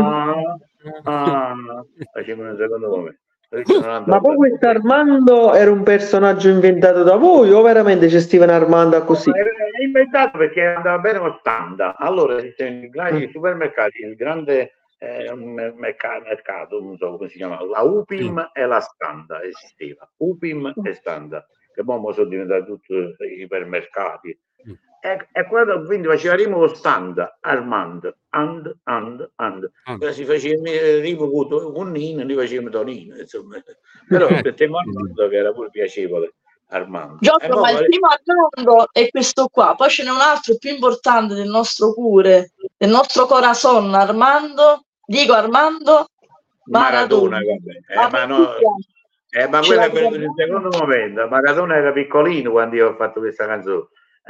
Facciamo un secondo momento. Ma poi questo Armando era un personaggio inventato da voi o veramente c'è Steven Armando così? È inventato perché andava bene con Standa. Allora esistono i grandi supermercati, il grande mercato, non so come si chiama, la Upim e la Standa esisteva. Upim e Standa, che poi sono diventati tutti i ipermercati. E quando quindi faceva rimo con Standa, Armando, and. Si faceva rimo con Nino, noi facevamo Tonino, insomma. Però mettiamo Armando che era pure piacevole. Armando. Giorgio, ma il primo Armando è questo qua, poi ce n'è un altro più importante del nostro cuore, del nostro corazon, Armando Maradona. Ma quello è venuto in secondo momento. Maradona era piccolino quando io ho fatto questa canzone.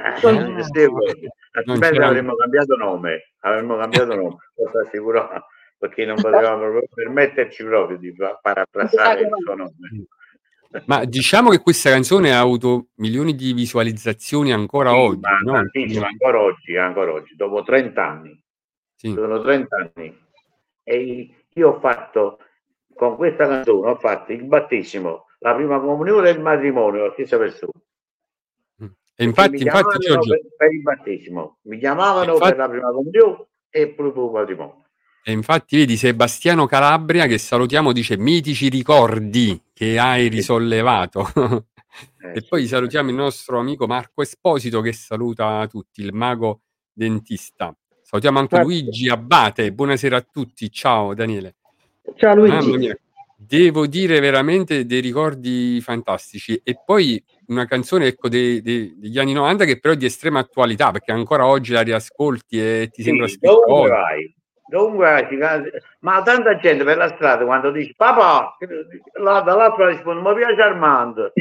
Avremmo cambiato nome, posso assicurare, perché non potevamo permetterci proprio di parafrasare il suo nome. Ma diciamo che questa canzone ha avuto milioni di visualizzazioni ancora oggi, no? Ancora oggi, dopo 30 anni. Sì. Sono 30 anni. E io ho fatto, con questa canzone, ho fatto il battesimo, la prima comunione e il matrimonio, la stessa persona. E infatti Giorgio, per il battesimo, mi chiamavano per la prima comunione e poi per il matrimonio. E infatti vedi Sebastiano Calabria, che salutiamo, dice: mitici ricordi che hai risollevato. E poi salutiamo il nostro amico Marco Esposito, che saluta tutti, il mago dentista. Salutiamo anche Luigi Abbate, buonasera a tutti, ciao Daniele. Ciao Luigi. Mamma mia, devo dire veramente dei ricordi fantastici. E poi una canzone, ecco, degli anni 90 che però è di estrema attualità, perché ancora oggi la riascolti e ti sembra scritta oggi. Dovunque ma tanta gente per la strada quando dici papà, dall'altra risponde: mi piace Armando.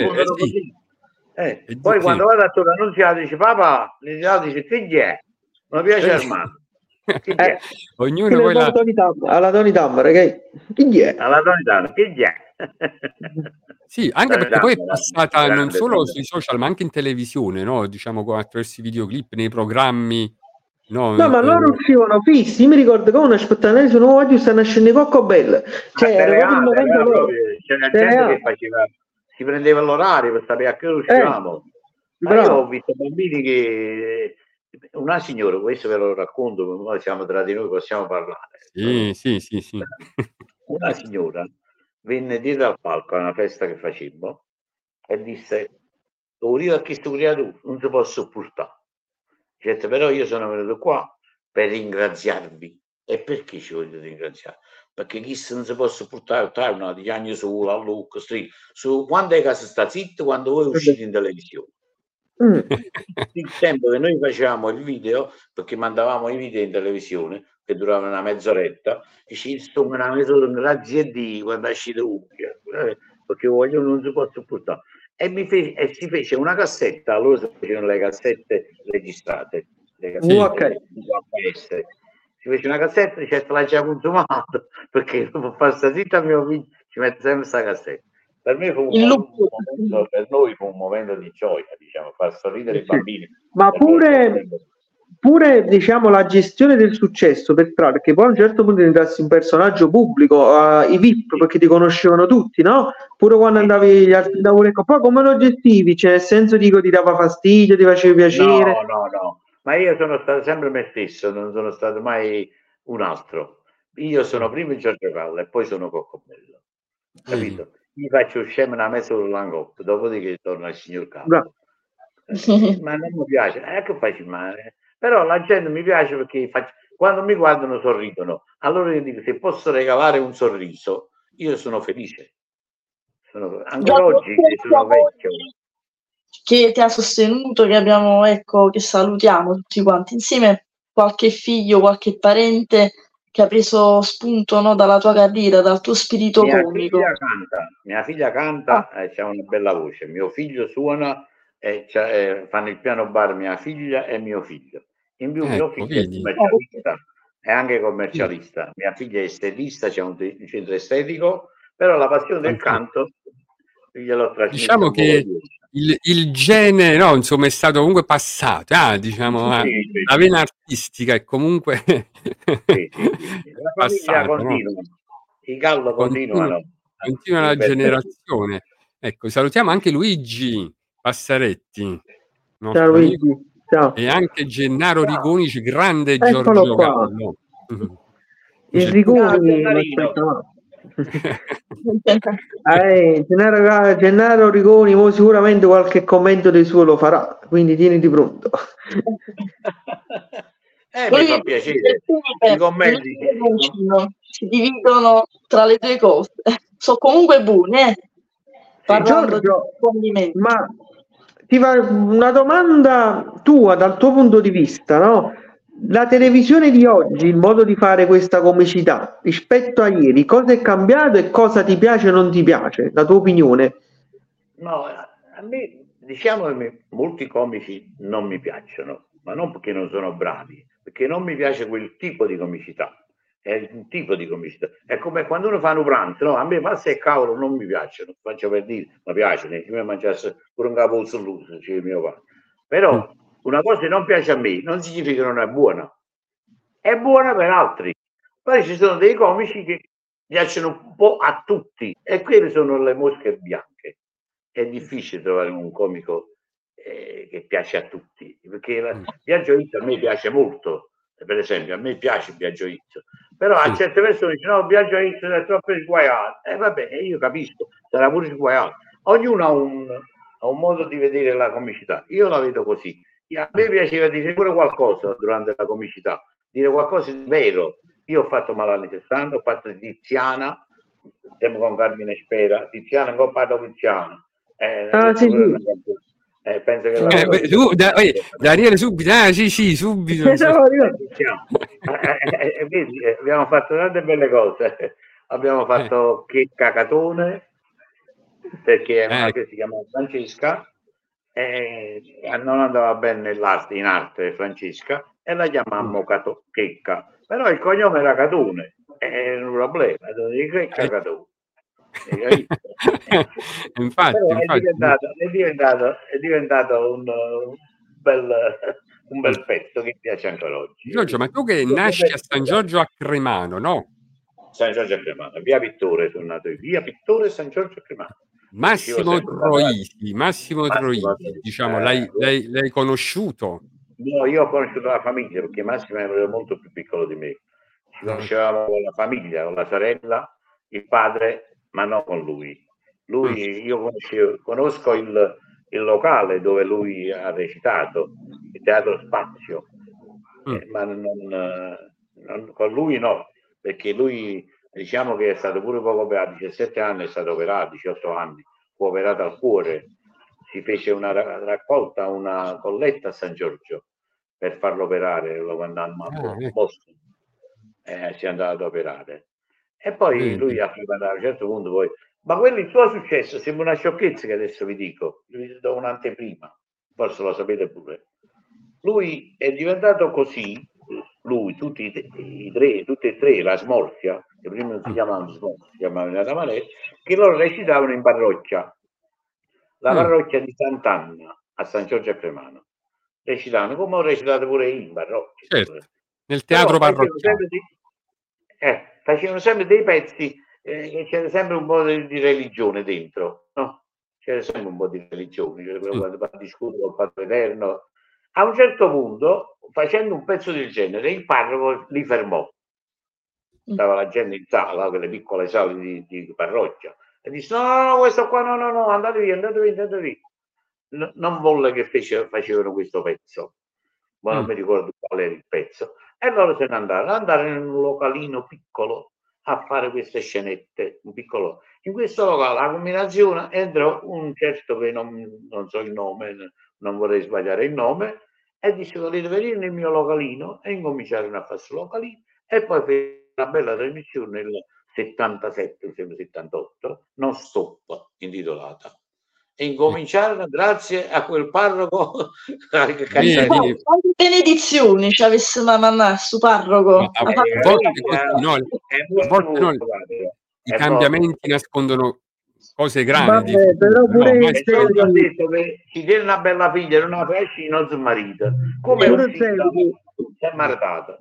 Poi quando vado a Torino Annunziato dice papà, l'Italia dice chi è? Mi piace Armando. Ognuno poi alla Tony Tamara, chi è? Alla Tony Tamara, chi è? Sì, anche perché poi è passata non solo sui social ma anche in televisione, no? Diciamo attraverso i videoclip, nei programmi. No, ma loro uscivano fissi. Io mi ricordo che uno aspettava su nuovo oggi stanno scendendo Coccobello. Cioè, era proprio il momento loro. C'era gente che faceva, si prendeva l'orario per sapere a che ora uscivamo. Ma io ho visto bambini che una signora, questo ve lo racconto, noi siamo tra di noi, possiamo parlare. Sì. Una signora venne dietro al palco a una festa che facemmo e disse: io a questo creato non si può sopportare. Certo, però io sono venuto qua per ringraziarvi. E perché ci voglio ringraziare? Perché chi non si può sopportare una diagnosi sulla look street su quando è che si sta zitto quando voi uscite in televisione. Il tempo che noi facevamo il video, perché mandavamo i video in televisione che duravano una mezz'oretta, e ci sto una mezz'ora, grazie a Dio, quando esce perché voglio non si può sopportare. E si fece una cassetta, allora si facevano le cassette registrate, le cassette VHS. Si ci fece una cassetta, dice te l'hai già consumato, perché dopo far sta zitta a mio figlio ci mette sempre questa cassetta. Per me fu un momento, per noi fu un momento di gioia, diciamo, far sorridere i bambini. Ma pure diciamo la gestione del successo per Trump, che poi a un certo punto diventasti un personaggio pubblico, i VIP perché ti conoscevano tutti, no? Pure quando andavi agli altri lavori, ecco, poi come lo gestivi? Cioè, nel senso dico, ti dava fastidio, ti faceva piacere? No, ma io sono stato sempre me stesso, non sono stato mai un altro. Io sono prima Giorgio Callo e poi sono Coccobello, capito? Gli faccio scemo una mezza sull'angotto, dopodiché torno al signor Callo. Ma non mi piace, che faccio male? Però la gente mi piace perché quando mi guardano sorridono. Allora io dico, se posso regalare un sorriso, io sono felice. Ancora oggi sono vecchio. Che ti ha sostenuto, che abbiamo, ecco, che salutiamo tutti quanti insieme, qualche figlio, qualche parente che ha preso spunto, no, dalla tua carriera, dal tuo spirito comico. Mia figlia canta, c'ha una bella voce. Mio figlio suona, fanno il piano bar mia figlia e mio figlio. In più mio figlio è commercialista, è anche commercialista. Mia figlia è estetista, c'è un centro estetico, però la passione del canto gliel'ho trasmesso. Diciamo che il gene, no, insomma, è stato comunque passato, diciamo, la vena artistica è comunque la famiglia continua, no? I Gallo continuano. Continua la generazione. Ecco, salutiamo anche Luigi Passaretti. Ciao Luigi. Ciao. E anche Gennaro Rigoni, grande Giorgio Gallo. Il Rigoni Gennaro Rigoni sicuramente qualche commento del suo lo farà, quindi tieniti pronto. Mi fa piacere. I commenti si dividono tra le due cose. Sono comunque buone, parlando Giorgio, di ma ti va una domanda tua dal tuo punto di vista, no? La televisione di oggi, il modo di fare questa comicità rispetto a ieri, cosa è cambiato e cosa ti piace o non ti piace? La tua opinione? No, a me, diciamo che molti comici non mi piacciono, ma non perché non sono bravi, perché non mi piace quel tipo di comicità. È un tipo di comicità. È come quando uno fa un pranzo, no? A me pasta e cavolo non mi piacciono, faccio per dire, mi piace, che mi mangiasse pure un capo sulluso, dice mio padre. Però una cosa che non piace a me non significa che non è buona. È buona per altri. Poi ci sono dei comici che piacciono un po' a tutti e quelle sono le mosche bianche. È difficile trovare un comico che piace a tutti, perché Biagio Izzo a me piace molto. Per esempio, a me piace Biagio Izzo, però a certe persone dicono: no, Biagio Izzo è troppo sguaiato. Vabbè, io capisco, sarà pure sguaiato. Ognuno ha un modo di vedere la comicità. Io la vedo così. A me piaceva dire pure qualcosa durante la comicità, dire qualcosa di vero. Io ho fatto Male anni 60, ho fatto Tiziana, siamo con Carmine Spera, Tiziana, ho fatto Tiziana. Penso che Daniele subito, sì, subito. Vedi, abbiamo fatto tante belle cose. Abbiamo fatto Checca Catone, perché è una che si chiama Francesca, non andava bene in arte Francesca, e la chiamammo Checca, però il cognome era Catone, è un problema, Checca Catone. Infatti, è diventato un bel pezzo che piace ancora oggi. Giorgio, ma tu che nasci a San Giorgio a Cremano, no? San Giorgio a Cremano, via Pittore sono nato io, via Pittore San Giorgio a Cremano. Massimo Troisi, diciamo, l'hai conosciuto? No, io ho conosciuto la famiglia, perché Massimo era molto più piccolo di me. Ci conoscevamo con la famiglia, con la sorella, il padre, ma non con lui. Io conosco il locale dove lui ha recitato, il Teatro Spazio, ma non, con lui no, perché lui, diciamo che è stato pure poco operato, 17 anni è stato operato, 18 anni, fu operato al cuore, si fece una raccolta, una colletta a San Giorgio per farlo operare, lo mandammo a Boston, si è andato ad operare. E poi lui ha frequentato a un certo punto poi. Ma quello il suo successo sembra una sciocchezza che adesso vi dico, vi do un'anteprima, forse lo sapete pure. Lui è diventato così lui, tutti e tre, la smorfia, che prima non si chiamavano smorfia, si chiamavano la Ravanelli, che loro recitavano in parrocchia, la parrocchia di Sant'Anna a San Giorgio a Cremano. Recitavano come ho recitato pure io in parrocchia. Certo, nel teatro parrocchiale. Facevano sempre dei pezzi che c'era sempre un po' di religione dentro, no? C'era sempre un po' di religione, quando va a discutere col Padre Eterno. A un certo punto, facendo un pezzo del genere, il parroco li fermò. Stava la gente in sala, quelle piccole sale di parrocchia, e disse: no, questo qua no, andate via. Non volle che facevano questo pezzo, ma non mi ricordo qual era il pezzo. E loro se ne andarono in un localino piccolo a fare queste scenette, un piccolo. In questo locale, la combinazione, entrò un certo che non so il nome, non vorrei sbagliare il nome, e disse: volete venire nel mio localino? E incominciarono a fare questo localino, e poi fece una bella trasmissione nel 77, 78, Non Stop, intitolata. E incominciarono grazie a quel parroco. Quante benedizioni ci avesse mamma su parroco. I cambiamenti nascondono cose grandi. Vabbè, però pure ho detto che si tiene una bella figlia, non una fresca, non si marita. Come si è maritata.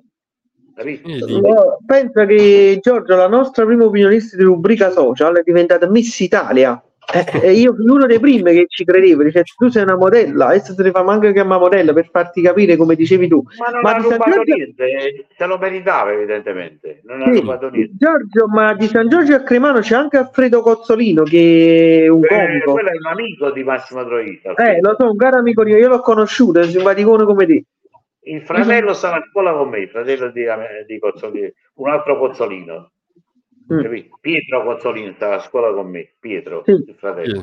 Penso che Giorgio, la nostra prima opinionista di rubrica social, è diventata Miss Italia. E io fui uno dei primi che ci credevo, dice: tu sei una modella, adesso te ne fa anche chiamare modella per farti capire, come dicevi tu. Ma non ha rubato niente, se lo meritava evidentemente. Non ha rubato niente. Giorgio, ma di San Giorgio a Cremano c'è anche Alfredo Cozzolino, che è un comico. Quello è un amico di Massimo Troita. Lo so, un caro amico mio, io l'ho conosciuto, è un simpaticone come te. Il fratello sta a scuola con me, il fratello di Cozzolino, un altro Cozzolino. Pietro Cozzolino stava a scuola con me, Pietro, il fratello.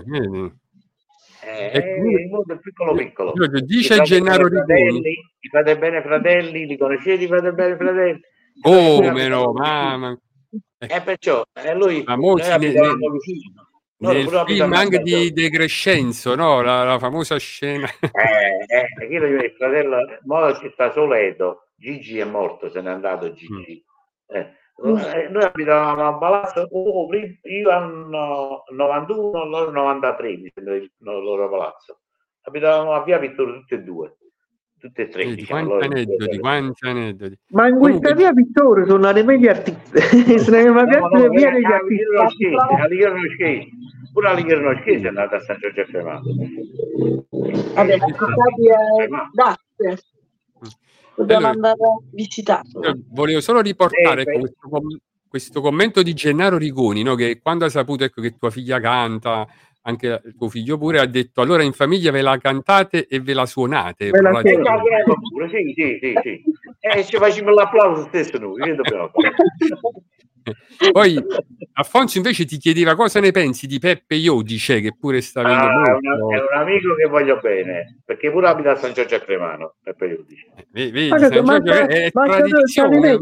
È molto piccolo. Dice Gennaro Rigoni. Ti fate bene fratelli, li conoscete, fate bene fratelli? Come no, mamma. E perciò noi abitavamo vicino. Nel film anche di De Crescenzo, no? La famosa scena. Il fratello, ora ci sta solo Edo. Gigi è morto, se n'è andato Gigi. Noi abitavamo a Palazzo, io al 91, loro 93, mi sembra il loro palazzo. Abitavamo a Via Vittorio tutti e due, tutti e tre. Quanti aneddoti. Ma in questa Via Vittorio sono le medie artisti. Pure la Ligherno Schese è andata a San Giorgio a Cremano. Grazie. Dobbiamo andare a visitare. Volevo solo riportare questo commento di Gennaro Rigoni, no? Che quando ha saputo che tua figlia canta, anche tuo figlio pure, ha detto: allora in famiglia ve la cantate e ve la suonate. Sì. E ci facciamo l'applauso stesso noi. Che dobbiamo fare? Poi Alfonso invece ti chiedeva cosa ne pensi di Peppe Iodice, che pure sta avendo è un amico che voglio bene, perché pure abita a San Giorgio a Cremano. Peppe Iodice. Vedi, San Giorgio è tradizione.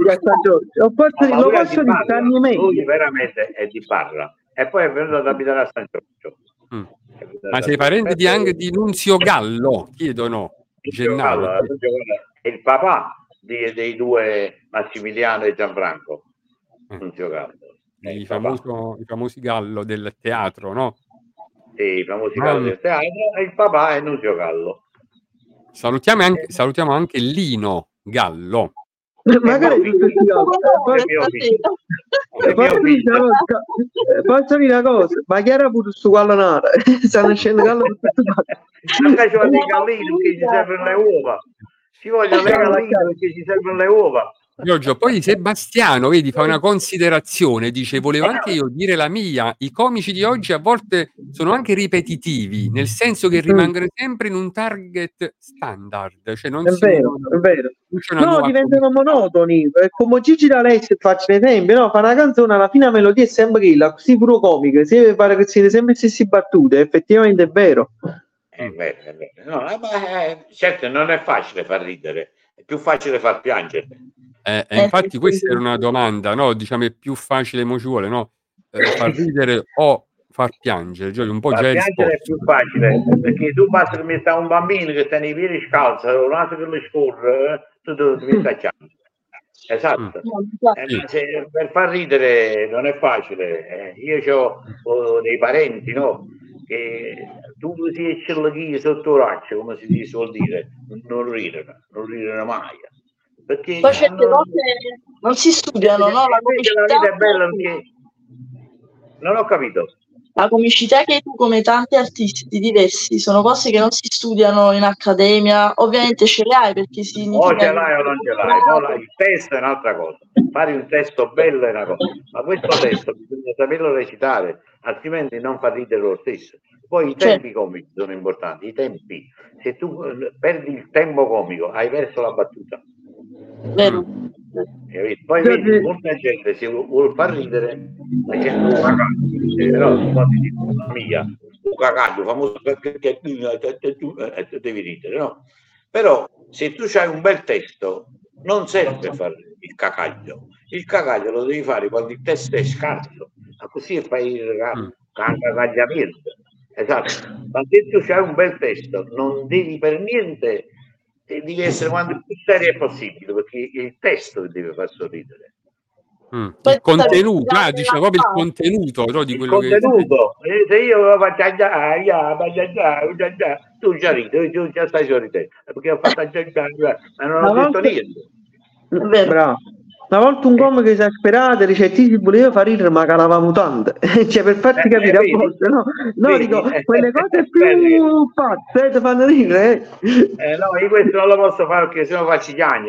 Lui veramente è di Parra e poi è venuto ad abitare a San Giorgio. Ma sei parente anche di Nunzio Gallo? Chiedono. Gennaro. È il papà dei due Massimiliano e Gianfranco. Nunzio Gallo. I famosi Gallo del teatro, no? Sì, i famosi Gallo del teatro, e il papà è Nunzio Gallo. Salutiamo anche Lino Gallo. Magari posso dire una cosa, ma chi era pure su Gallo Nara? Stanno scendendo Gallo per tutte parti. Faceva dei gallini che ci servono le uova. Ci vogliono le galline perché ci servono le uova. Giorgio, poi Sebastiano, vedi, fa una considerazione, dice: volevo anche io dire la mia, i comici di oggi a volte sono anche ripetitivi, nel senso che rimangono sempre in un target standard, cioè non è vero. No, diventano monotoni, come Gigi D'Alessio, faccio l'esempio, no? Fa una canzone, alla fine la melodia è sempre quella, così pure comica, si pare che siete sempre stessi battute, effettivamente è vero. È vero. No, ma certo non è facile far ridere, è più facile far piangere. Infatti questa era una domanda, no? Diciamo, è più facile, mo ci vuole, no? Far ridere o far piangere, cioè un po' far piangere è più facile, perché tu basta che metti un bambino che sta nei piedi scalzo, un altro che lo scorre, tu devi stare Esatto. Ma per far ridere non è facile. Io ho dei parenti, no? Che tu si esce sotto raccia, come si suol dire, non ridono mai. Perché poi certe volte non si studiano, no? La vita è bella perché non ho capito. La comicità che tu, come tanti artisti diversi, sono cose che non si studiano in accademia. Ovviamente ce le hai perché significa... O ce l'hai o non ce l'hai. No, il testo è un'altra cosa. Fare un testo bello è una cosa. Ma questo testo bisogna saperlo recitare, altrimenti non fa ridere lo stesso. Poi i tempi comici sono importanti. I tempi. Se tu perdi il tempo comico, hai perso la battuta. Vero. Poi vedi, molta gente si vuol far ridere facendo un cagaglio, no? Mia, un cagaglio famoso perché devi ridere, no? Però se tu hai un bel testo non serve fare il cagaglio lo devi fare quando il testo è scarso, ma così fai il cagagliamento. Esatto, ma se tu hai un bel testo non devi per niente, devi essere quanto più serio è possibile, perché il testo deve far sorridere. Il contenuto, dice proprio il contenuto, no, di quello contenuto. Che... Se io faccio tu già ridi, tu già stai sorridendo, perché ho fatto ma non ho detto niente. Bravo. Una volta un comico esasperato dice ti si voleva far ridere ma calavamo tanto, cioè per farti capire a volte, no, dico quelle cose più pazze ti fanno ridere. No, io questo non lo posso fare perché sennò faccio i cagni.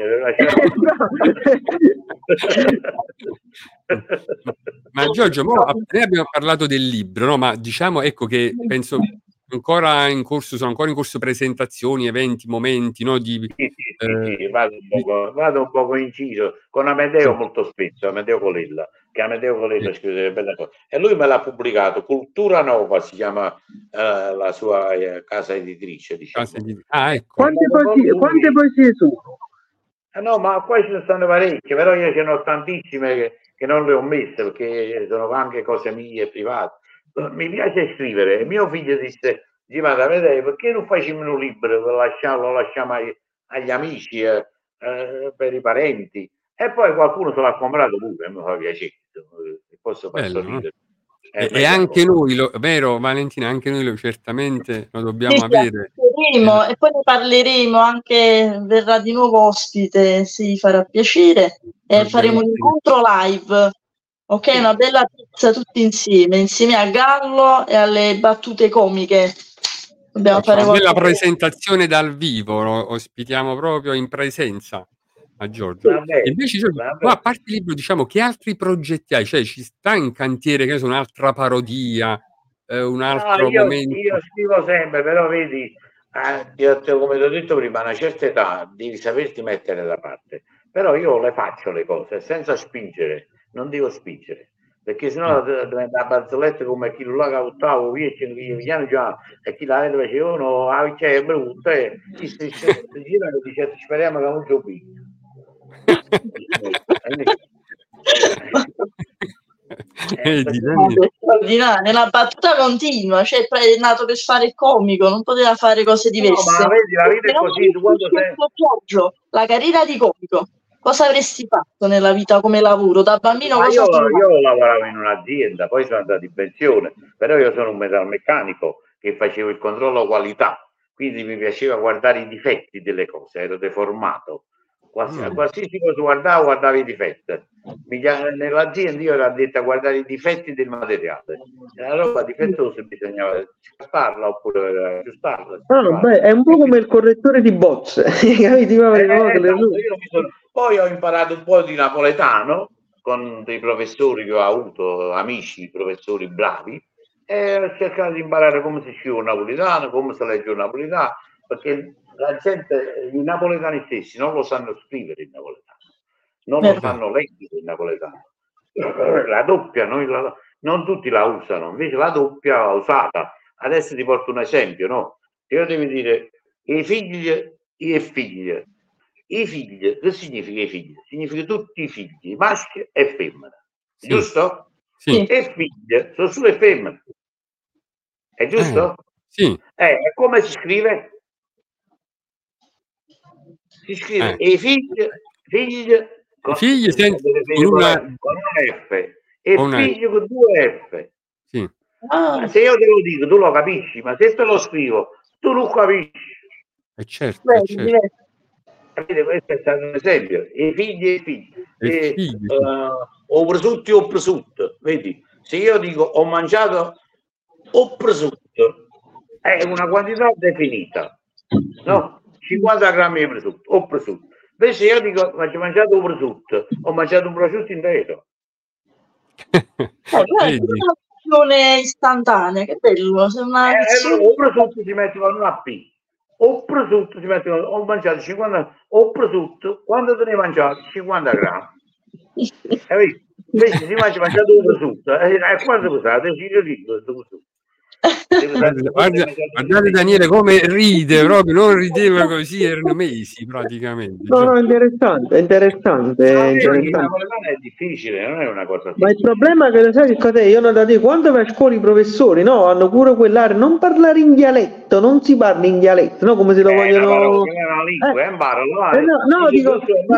Ma Giorgio, noi abbiamo parlato del libro, no? Ma diciamo, ecco, che penso sono ancora in corso presentazioni, eventi, momenti, no? Sì, vado un poco inciso con Amedeo molto spesso, Amedeo Colella, che Amedeo Colella scrive delle belle cose, e lui me l'ha pubblicato, Cultura Nova si chiama la sua casa editrice, diciamo. Ecco. Quante poesie sono? No, ma qua ce ne stanno parecchie, però io ce ne ho tantissime che non le ho messe perché sono anche cose mie private. Mi piace scrivere, e mio figlio diceva perché non facciamo un libro, lo lasciamo agli amici, per i parenti, e poi qualcuno se l'ha comprato pure, mi fa piacere, posso far sorridere. E anche noi, vero Valentina, anche noi certamente lo dobbiamo avere. E poi ne parleremo, anche verrà di nuovo ospite, si farà piacere, e faremo un incontro live. Ok, una bella pizza tutti insieme a Gallo e alle battute comiche. Dobbiamo fare una bella presentazione dal vivo, ospitiamo proprio in presenza a Giorgio. Invece Giorgio, a parte il libro, diciamo, che altri progetti hai? Cioè, ci sta in cantiere, che è un'altra parodia, un altro momento? Io scrivo sempre, però vedi, come ti ho detto prima, a una certa età devi saperti mettere da parte. Però io le faccio le cose senza spingere, non devo spingere, perché sennò diventa una barzelletta come chi lo laga ottavo, via già, e chi la faceva uno, è brutto, e chi si gira e dice speriamo che non giochi. È una battuta continua, cioè è nato per fare il comico, non poteva fare cose diverse. No, ma vedi, la vita è così. Giorgio, la carriera di comico, cosa avresti fatto nella vita come lavoro? Da bambino io lavoravo in un'azienda, poi sono andato in pensione, però io sono un metalmeccanico che facevo il controllo qualità, quindi mi piaceva guardare i difetti delle cose, ero deformato. Qualsiasi cosa guardavo i difetti. Nell'azienda io ero addetto a guardare i difetti del materiale. La roba difettosa bisognava scattarla oppure aggiustarla. È un po' come il correttore di bozze. Poi ho imparato un po' di napoletano con dei professori che ho avuto, amici, professori bravi, e ho cercato di imparare come si scrive un napoletano, come si legge un napoletano, perché la gente, i napoletani stessi non lo sanno scrivere il napoletano, non lo sanno leggere il napoletano. La doppia non tutti la usano, invece la doppia va usata. Adesso ti porto un esempio, no? Io devo dire i figli e figlie. I figli, che significa i figli? Significa tutti i figli, maschi e femmine, giusto? Sì. E figlie sono solo femmine, è giusto? Sì. Come si scrive? Si scrive i figli figli con una F e figlio con 2 F. Sì. Ma se io te lo dico, tu lo capisci, ma se te lo scrivo, tu lo capisci. Certo. Capite? Questo è stato un esempio. I figli. O prosciutto, vedi? Se io dico ho mangiato o prosciutto, è una quantità definita, no? 50 grammi di prosciutto o prosciutto. Invece io dico ho mangiato un prosciutto, ho mangiato un prosciutto intero. Una istantanea, che bello. O prosciutto si mette con una P, o prosciutto si mette con, ho mangiato 50, o prosciutto, quando te ne hai mangiato 50 grammi. Invece si mangiato un prosciutto, quando usate? Guardate Daniele come ride, proprio non rideva così, erano mesi praticamente. No, interessante. È difficile, non è una cosa. Ma il problema è che lo sai che cos'è? Io da te, quando vai a scuola i professori, no, hanno pure quell'area, non parlare in dialetto, non si parla in dialetto, no, come se lo vogliono. È una lingua, imparalo. No, dico,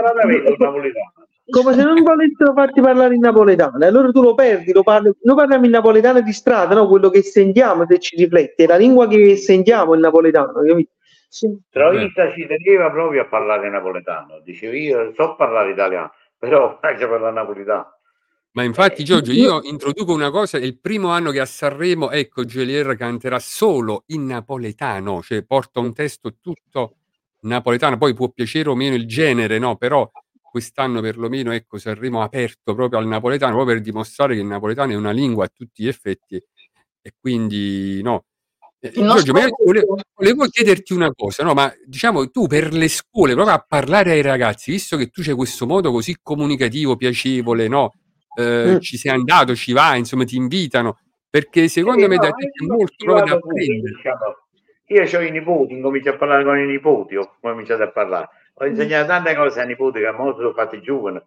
come se non volessero farti parlare in napoletano, e allora tu lo perdi, noi parliamo in napoletano di strada, no? Quello che sentiamo, se ci riflette, è la lingua che sentiamo il napoletano, capito? Troita ci teneva proprio a parlare napoletano, dicevo io so parlare italiano, però faccio parlare napoletano. Ma infatti Giorgio, io introduco una cosa, è il primo anno che a Sanremo, ecco, Geolier canterà solo in napoletano, cioè porta un testo tutto napoletano, poi può piacere o meno il genere, no? Però quest'anno perlomeno, ecco, Sanremo aperto proprio al napoletano, proprio per dimostrare che il napoletano è una lingua a tutti gli effetti, e quindi, no. Giorgio, ma io volevo chiederti una cosa, no? Ma diciamo tu per le scuole, proprio a parlare ai ragazzi, visto che tu c'hai questo modo così comunicativo, piacevole, no? Ci sei andato, ci vai, insomma, ti invitano, perché secondo me da te c'è molto proprio da apprendere. Diciamo, io ho i nipoti, incomincio a parlare con i nipoti, ho cominciato a parlare, ho insegnato tante cose ai nipoti che a molto sono fatti giovani,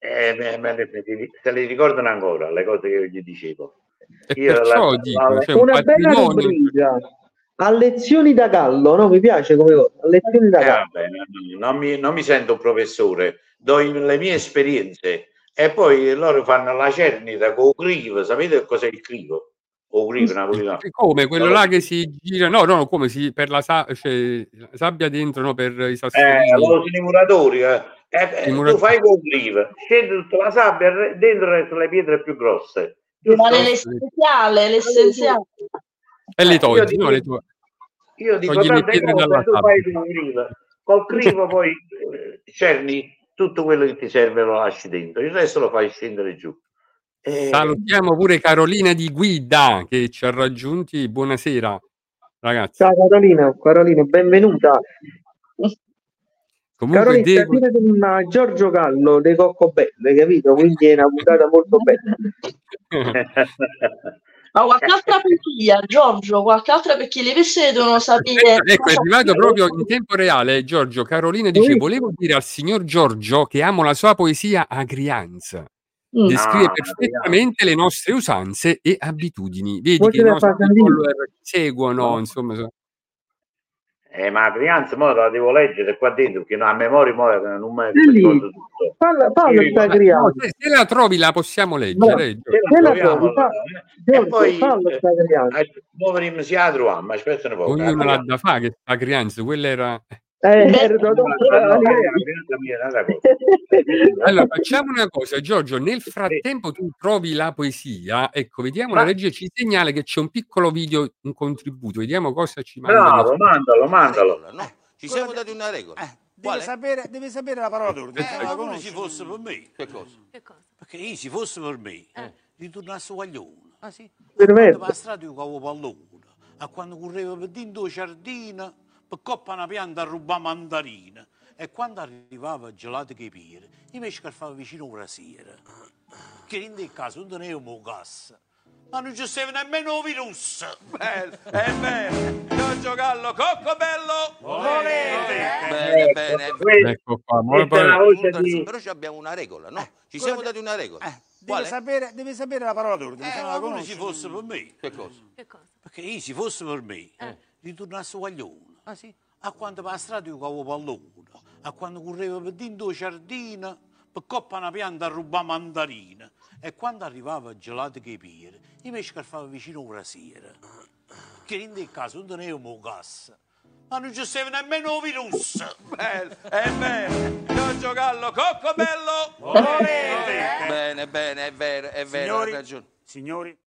se li ricordano ancora le cose che io gli dicevo. E perciò dico, cioè una bella rubrica a lezioni da Gallo, no? Mi piace come cosa, a lezioni da Gallo. Vabbè, non mi sento un professore, do le mie esperienze e poi loro fanno la cernita con il crivo. Sapete cos'è il crivo? O crivo napoletano? Come quello là che si gira, no, come si per la sabbia dentro, no, per i sassolini. I muratori, tu fai con il crivo, scende tutta la sabbia, dentro restano le pietre più grosse. Ma l'essenziale. E le togli, no? Io dico tante cose, tu fai con il crivo. Col crivo poi cerni tutto quello che ti serve, lo lasci dentro, il resto lo fai scendere giù. Salutiamo pure Carolina di Guida che ci ha raggiunti. Buonasera ragazzi. Ciao Carolina, benvenuta. Comunque Carolina, con Giorgio Gallo dei Coccobelle, capito? Quindi è una puntata molto bella. Ma qualche altra poesia, Giorgio, qualche altra, perché le persone devono sapere. Ecco, è arrivato proprio in tempo reale, Giorgio. Carolina dice: volevo dire al signor Giorgio che amo la sua poesia agrianza. Descrive perfettamente le nostre usanze e abitudini. Vedi che i nostri follower seguono, insomma. Ma agrianza, mo la devo leggere qua dentro, perché a memoria non mi ricordo tutto. Se la trovi la possiamo leggere. E poi muoveremo si la troviamo, ma aspetta un po'. Ognuno l'ha da fare, che agrianza, quella era... Allora facciamo una cosa, Giorgio, nel frattempo tu trovi la poesia, ecco, vediamo, la regia ci segnala che c'è un piccolo video, un contributo, vediamo cosa ci manda. Bravo, mandalo. No, ci siamo dati una regola. Deve sapere la parola d'ordine. Come se fosse per me. Che cosa? Perché io se fosse per me, ritornassi guaglione. Ah sì? Quando per la strada io cavo pallone, a quando correvo per dentro giardino, per coppa una pianta a rubare mandarina, e quando arrivava gelato che pire, io mi scarfavo vicino una sera, che in quel caso non tenevo cassa, ma non ci stava nemmeno virus. È bene, Giorgio Gallo, Coccobello, volete? Bene. Ecco qua, però abbiamo una regola, no? Ci siamo dati una regola. Deve sapere la parola d'ordine. Come se fosse per me. Che cosa? Perché io se fosse per me, ritornassi guaglione. Ah sì? A quando per la strada io cavo pallone, a quando correvo per dentro giardino, per coppa una pianta a rubare mandarina. E quando arrivava il gelato che piede, io mi scarfavo vicino una sera. Che in quel caso non tenevo cassa. Ma non ci stava nemmeno un virus. Bello, è vero. Giorgio Gallo, Coccobello. Bene, è vero, Signori, hai ragione. Signori.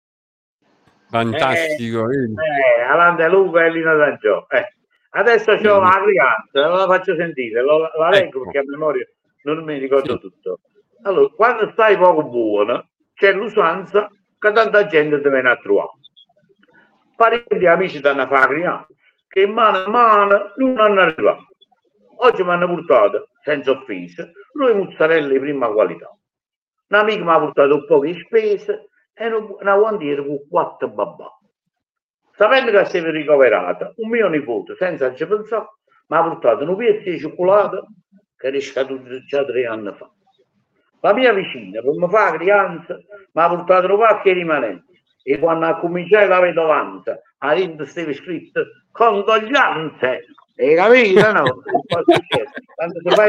Fantastico. Alanda Luca e Lino D'Angio. Adesso c'ho la crianza, la faccio sentire, la leggo perché a memoria non mi ricordo tutto. Allora, quando stai poco buono, c'è l'usanza che tanta gente ti viene a trovare. Parenti e amici danno a fare la crianza, che mano a mano non hanno arrivato. Oggi mi hanno portato, senza offesa, due mozzarella di prima qualità. Un amico mi ha portato un po' di spese e una guantiera con 4 babà. Sapendo che sei ricoverata, un mio nipote, senza ci pensare, mi ha portato un pezzo di cioccolato che era scaduto già 3 anni fa. La mia vicina, per mi fare crianza, mi ha portato un pacco rimanente. E quando ha cominciato la vedovanza, a dentro stava scritto condoglianze. Hai capito? No? Quando si fa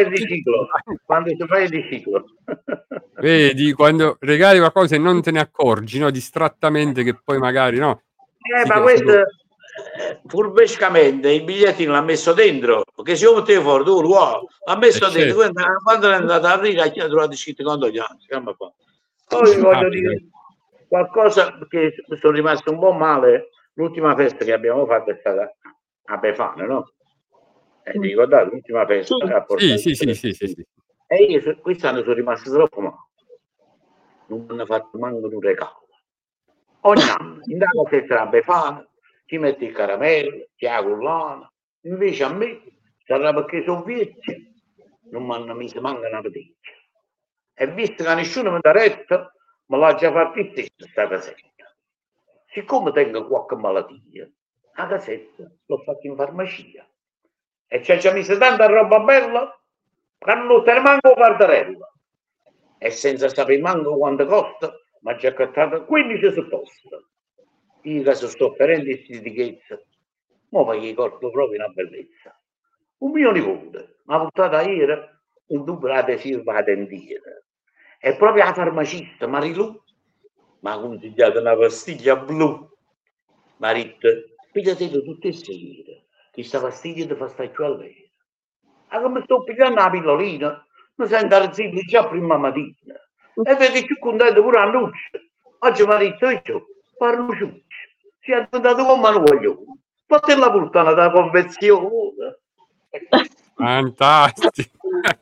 il riciclo. Vedi, quando regali qualcosa e non te ne accorgi, no? Distrattamente, che poi magari, no? Ma questo furbescamente il bigliettino l'ha messo dentro, perché se io mettevo fuori, tu l'ha messo dentro. Certo. Quando è andato a aprire, ha trovato scritto condoglianze. Poi voglio dire qualcosa, perché sono rimasto un po' male. L'ultima festa che abbiamo fatto è stata a Befana, no? Ti ricordate l'ultima festa? Sì. E io quest'anno sono rimasto troppo male. Non mi hanno fatto manco un regalo. Ogni anno, in data festa a Befana, ci metti il caramello, la collana. Invece a me, sarà perché sono vecchio, non mi hanno messo manco una peticcia. E visto che nessuno mi dà retta, me l'ha già fatto stesso questa casetta. Siccome tengo qualche malattia, la casetta l'ho fatta in farmacia. E ci ha già messo tanta roba bella che non te ne manco guardarella. E senza sapere manco quanto costa, ma già accattato 15 supposti. Io che sto ferendo queste etichette, ma gli corpo proprio una bellezza. Un mio nipote mi ha portato ieri un dubbio adesivo per la dentiera. E proprio la farmacista Marilu mi ha consigliato una pastiglia blu. Mi ha detto, pigliatelo tutte le sere, che questa pastiglia ti fa stare più allegro. Ma come sto pigliando la pillolina, mi sento arzillo già prima mattina. E vedi più contento pure a Nucci. Oggi mi ha detto, io parlo Ciucci. Si è diventato come lo voglio. Fatela portare da convenzione. Fantastico.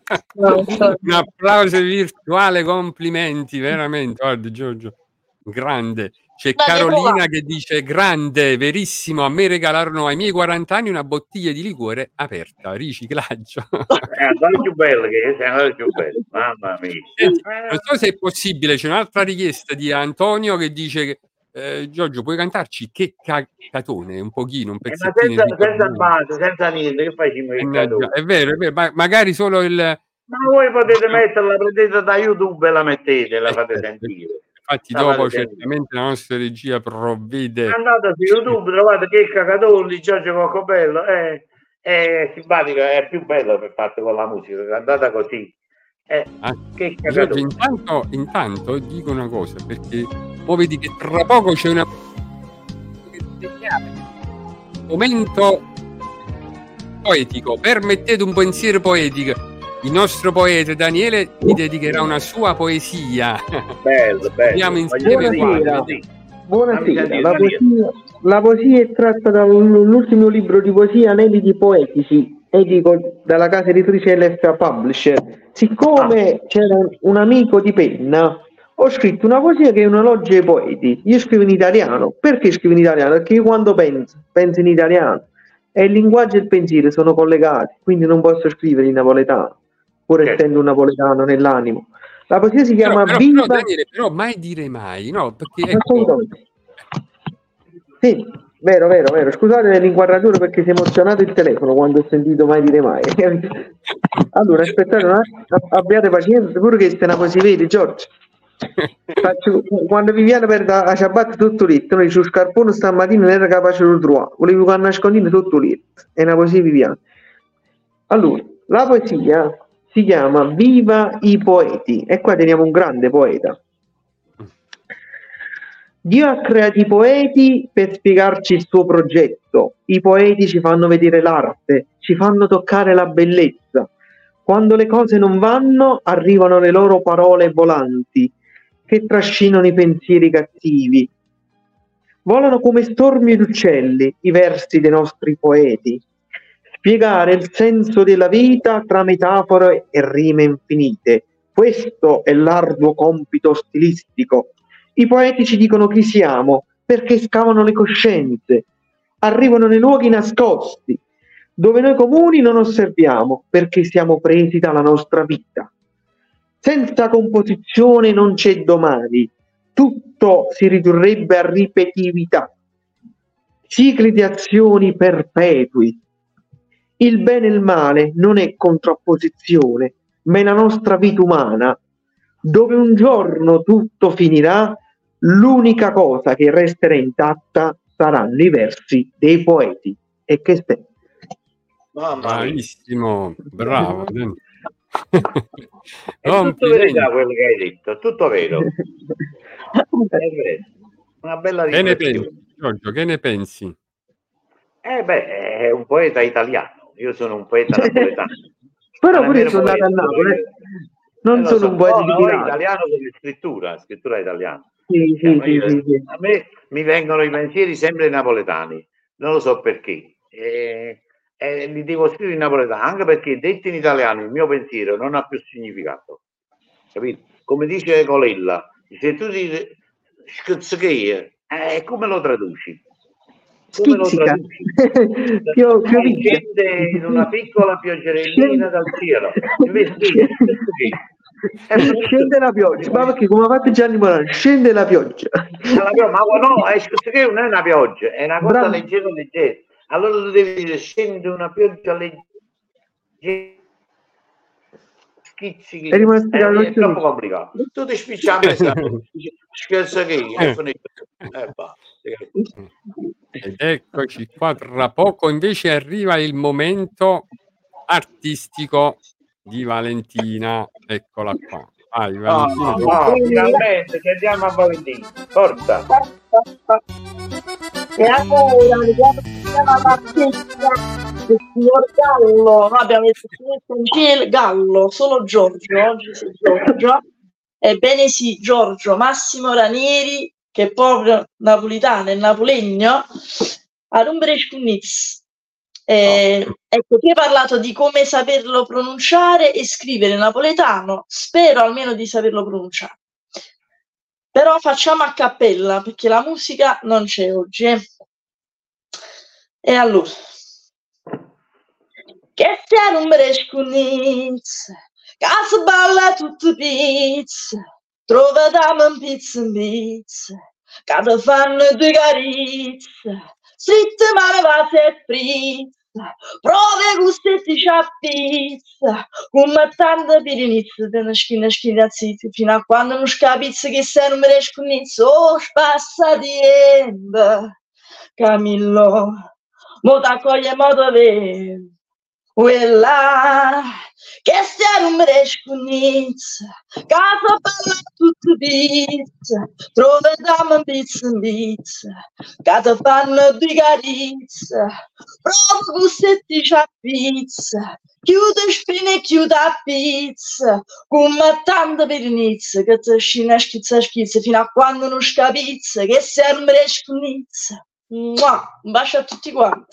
Un applauso virtuale, complimenti, veramente. Guarda, Giorgio, grande. C'è Carolina che dice grande, verissimo, a me regalarono ai miei 40 anni una bottiglia di liquore aperta, riciclaggio. È ancora più bello, mamma mia. Senti, non so se è possibile, c'è un'altra richiesta di Antonio che dice che Giorgio, puoi cantarci Che Catone, un pochino, un pezzettino? Senza base, senza niente, che facciamo il catone? È vero, magari solo il... Ma voi potete metterla, prendete da YouTube e la mettete, la fate sentire. Infatti dopo certamente la nostra regia provvede. Andate su YouTube, trovate Che Catone di Giorgio Coccobello, è simpatico, è più bello per fatto con la musica, andata così. Che Giorgio, intanto dico una cosa, perché poi vedi che tra poco c'è una momento poetico. Permettete un pensiero poetico. Il nostro poeta Daniele vi dedicherà una sua poesia. Bello. Andiamo insieme. Buonasera. La poesia è tratta dall'ultimo libro di poesia Aneliti Poetici, edico dalla casa editrice LFA Publisher. Siccome c'era un amico di penna, ho scritto una poesia che è un elogio ai poeti. Io scrivo in italiano. Perché scrivo in italiano? Perché io quando penso in italiano. E il linguaggio e il pensiero sono collegati, quindi non posso scrivere in napoletano, pur essendo un napoletano nell'animo. La poesia si chiama Viva... Daniele, però mai dire mai, no? Perché ecco... Sì, vero. Scusate l'inquadratura perché si è emozionato il telefono quando ho sentito mai dire mai. Allora, aspettate un attimo, abbiate pazienza, pure che è una poesia, vedi Giorgio? Quando Viviana perde la ciabatta tutto letto, noi sul scarpone stamattina non era capace di trovare, volevo nascondere tutto letto, è una poesia Viviana. Allora, la poesia si chiama Viva i poeti, e qua teniamo un grande poeta. Dio ha creato i poeti per spiegarci il suo progetto. I poeti ci fanno vedere l'arte, ci fanno toccare la bellezza. Quando le cose non vanno, arrivano le loro parole volanti, che trascinano i pensieri cattivi. Volano come stormi d'uccelli i versi dei nostri poeti. Spiegare il senso della vita tra metafore e rime infinite. Questo è l'arduo compito stilistico. I poeti ci dicono chi siamo perché scavano le coscienze, arrivano nei luoghi nascosti, dove noi comuni non osserviamo perché siamo presi dalla nostra vita. Senza composizione non c'è domani, tutto si ridurrebbe a ripetitività, cicli di azioni perpetui. Il bene e il male non è contrapposizione, ma è la nostra vita umana, dove un giorno tutto finirà. L'unica cosa che resterà intatta saranno i versi dei poeti. E che stai? Bravissimo, bravo. È tutto verità quello che hai detto, tutto vero. È vero. Una bella riflessione. Giorgio, che ne pensi? È un poeta italiano, io sono un poeta napoletano. Però pure io sono nato a Napoli, non sono un poeta italiano con scrittura italiana. Sì. A me mi vengono i pensieri sempre napoletani, non lo so perché. Li devo scrivere in napoletano, anche perché detto in italiano il mio pensiero non ha più significato, capito? Come dice Colella, se tu dici come lo traduci? Come lo traduci? Scende in una piccola pioggerellina dal cielo, scende la pioggia, ma perché come ha fatto Gianni Morano, scende la pioggia, ma no, che non è una pioggia, è una cosa leggera. Allora tu devi dire scende una pioggia leggera, schizzichi, è troppo complicato. Tu ti spicciami scherzo che ed eccoci qua, tra poco invece arriva il momento artistico di Valentina, eccola qua. Vai, Valentina. Finalmente ci andiamo a Valentina, forza. E allora la partita del signor Gallo, abbiamo messo il Gallo, solo Giorgio, oggi sì Giorgio, ebbene sì Giorgio Massimo Ranieri, che è proprio napolitano e napolegno, a Rumbrescunitz. Ecco, ti hai parlato di come saperlo pronunciare e scrivere napoletano, spero almeno di saperlo pronunciare. Però facciamo a cappella, perché la musica non c'è oggi. E allora, che sia Rumbrescunitz, casa balla tutto pizza, troviamo un pizza, che ti fanno due carizze, stritte male va se frizza, prove gustetti pizza, come tante pirinizze, te ne schina zitti, fino a quando non scapizzi che sei Rumbrescunitz, oh spassa tempo, Camillo, mo t'accoglie mo dove, quella, che sia Rumbrescunitz, casa balla tutto pizza, troviamo un pizza, che ti fanno due carizze, proprio gustetti pizza, chiude spine e chiude a pizza, come tante pirinizze, che ti scina schizza fino a quando non scapizza, che sia Rumbrescunitz. Un bacio a tutti quanti.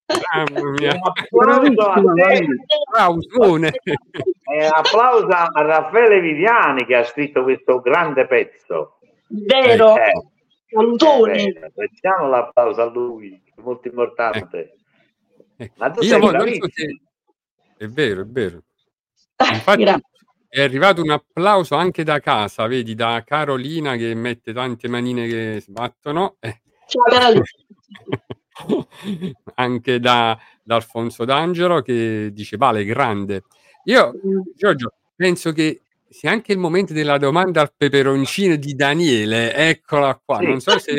Applauso a Raffaele Viviani che ha scritto questo grande pezzo. Vero, salutoni. Facciamo l'applauso a lui, è molto importante. Ma tu sei è vero. Infatti è arrivato un applauso anche da casa, vedi, da Carolina che mette tante manine che sbattono. Ciao Carolina. Anche da Alfonso D'Angelo che dice vale grande. Io Giorgio penso che sia anche il momento della domanda al peperoncino di Daniele, eccola qua. Sì. Non so se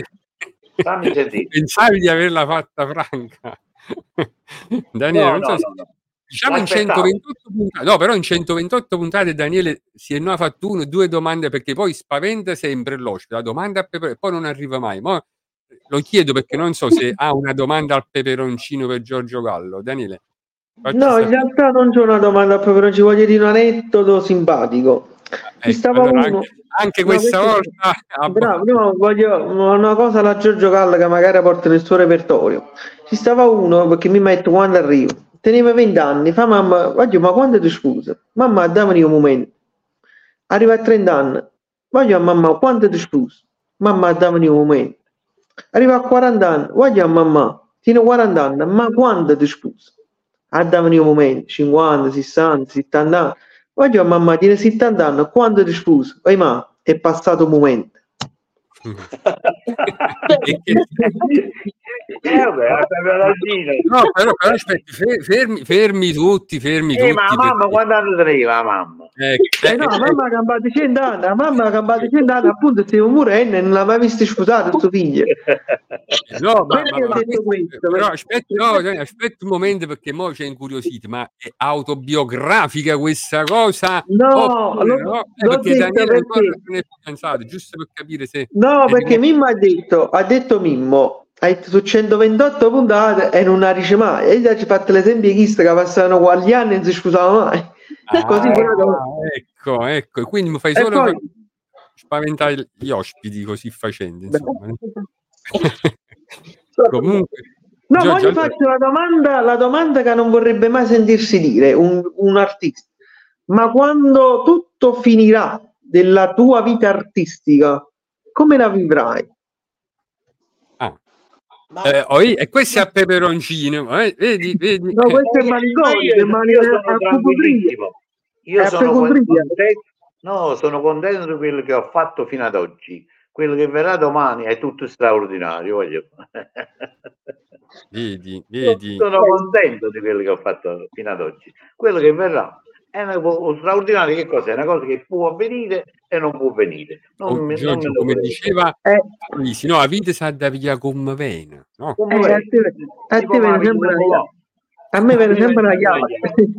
pensavi di averla fatta franca. Daniele, no. Diciamo in 128 puntate, no, però in 128 puntate Daniele si è fatto 1 o 2 domande, perché poi spaventa sempre l'ospite, la domanda al peperoncino, e poi non arriva mai. Mo lo chiedo perché non so se ha una domanda al peperoncino per Giorgio Gallo. Daniele. No, in realtà non c'è una domanda al peperoncino, voglio dire un aneddoto simpatico. Ci stava allora, uno... anche questa volta bravo, no, voglio una cosa alla Giorgio Gallo che magari porta nel suo repertorio. Ci stava uno perché mi metto quando arrivo, teneva 20 anni, fa mamma, voglio, ma quando ti scusa? Mamma, dammi un momento. Arriva a 30 anni, voglio a mamma, quando ti scusa? Mamma, dammi un momento. Arriva a 40 anni, voglio a mamma, tiene 40 anni, ma quando ti scusa? Dammi un momento, 50, 60, 70 anni. Voglio a mamma, tiene 70 anni, quando ti scusa? Ma è passato un momento. No, però aspetti, fermi tutti. Ma mamma quando arriva la mamma? No, mamma ha cambiato 100 anni, la mamma ha cambiato 100 anni, appunto stiamo morendo e non l'ha mai visto sposare suo figlio. No, perché ho detto questo? Però aspetta un momento, perché mo c'è incuriosito, ma è autobiografica questa cosa? No, perché Daniele ancora non è fidanzato, giusto per capire se... No, perché Mimmo ha detto Mimmo, su 128 puntate e non la dice mai, e gli ha fatto l'esempio di chi che passavano qualche anni e non si scusava mai. Così ecco, quindi mi fai solo spaventare gli ospiti così facendo, insomma. Comunque, no, ma gli faccio la domanda che non vorrebbe mai sentirsi dire un artista. Ma quando tutto finirà della tua vita artistica, come la vivrai? E questo è a peperoncino, vedi? No, questo è manicomio, sono contento di quello che ho fatto fino ad oggi. Quello che verrà domani è tutto straordinario. Vedi. Sono contento di quello che ho fatto fino ad oggi. Quello che verrà è uno straordinario. Che cosa? È una cosa che può avvenire e non può venire. Giorgio, come diceva no, la vita sa da via come vena, no? A me viene sempre una chiave.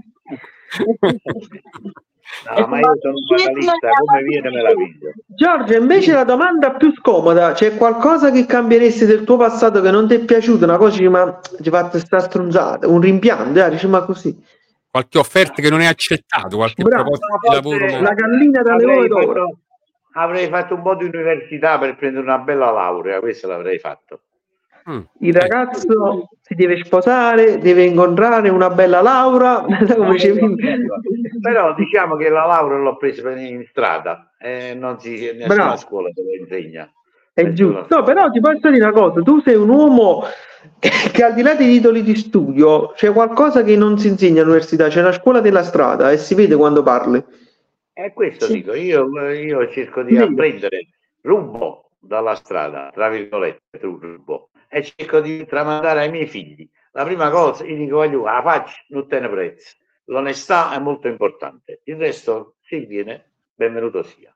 No, ma io sono un fatalista, come viene me la vedo. Giorgio, invece la domanda più scomoda, c'è qualcosa che cambieresti del tuo passato che non ti è piaciuto, una cosa ma ti ha fatto sta stronzata, un rimpianto, dici ma così. Qualche offerta che non è accettato, qualche proposta di lavoro. La gallina dalle ore d'oro. Avrei fatto un po' di università per prendere una bella laurea, questo l'avrei fatto. Il ragazzo si deve sposare, deve incontrare una bella laurea. Però diciamo che la laurea l'ho presa in strada, non si nessuna scuola te lo insegna. È giusto. No, però ti posso dire una cosa, tu sei un uomo che al di là dei titoli di studio c'è qualcosa che non si insegna all'università, c'è una scuola della strada e si vede quando parli. Questo dico, io cerco di apprendere, rubo dalla strada, tra virgolette, rubo, e cerco di tramandare ai miei figli. La prima cosa, io dico, voglio la faccia, non te ne prezzo. L'onestà è molto importante, il resto si viene, benvenuto sia.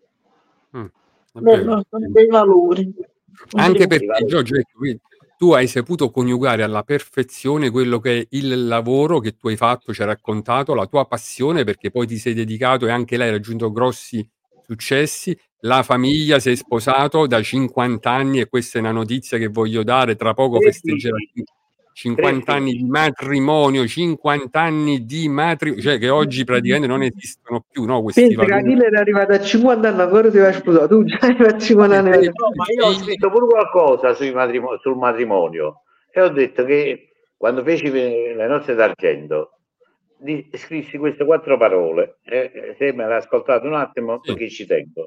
Dei valori. Anche perché Giorgio, tu hai saputo coniugare alla perfezione quello che è il lavoro che tu hai fatto, ci hai raccontato, la tua passione, perché poi ti sei dedicato e anche lei ha raggiunto grossi successi, la famiglia, sei sposato da 50 anni e questa è una notizia che voglio dare, tra poco festeggerà 50 anni di matrimonio, 50 anni di matrimonio, cioè che oggi praticamente non esistono più, no? Questi pensa che Achille è arrivato a 50 anni, ancora si va a sposare, tu già hai a 50 anni. No, ma io ho scritto pure qualcosa sul matrimonio e ho detto che quando feci le nozze d'argento scrissi queste 4 parole e se me l'hai ascoltato un attimo perché ci tengo.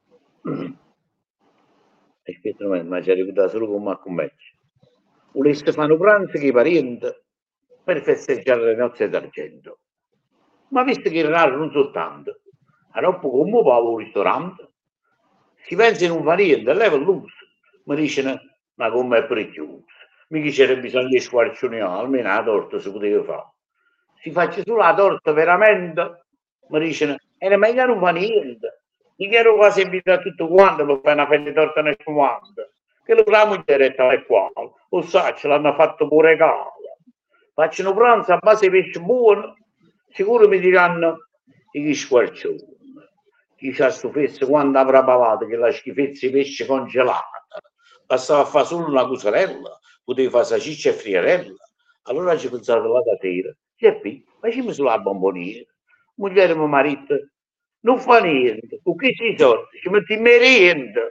È scritto, ma ci ha ricordato solo con Marco Mecci. Volesse fare un pranzo che i parenti per festeggiare le nozze d'argento, ma visto che il raro non soltanto a troppo come un po' al ristorante si pensa in un parente, leva l'uso mi dicono ma come è prezioso, mica c'era bisogno di squarciunare, almeno la torta si poteva fare, si faccia sulla torta veramente mi dicono era meglio non fa niente, mi ero quasi invitato tutto quanto per fare una fetta di torta nel fumante che lo ramo in diretta è qua, lo sa, ce l'hanno fatto pure calo. faccio un pranzo a base di pesce buono, sicuro mi diranno che squarcione, chi c'ha stufezza quando avrà pavato che la schifezza di pesce congelata, bastava fare solo una cusarella, potevi fare salsiccia e friarella. Allora ci pensato là da sera, Geppi, facciamo sulla bomboniera, moglie mio marito, non fa niente, con che ci sono, ci metti in merienda.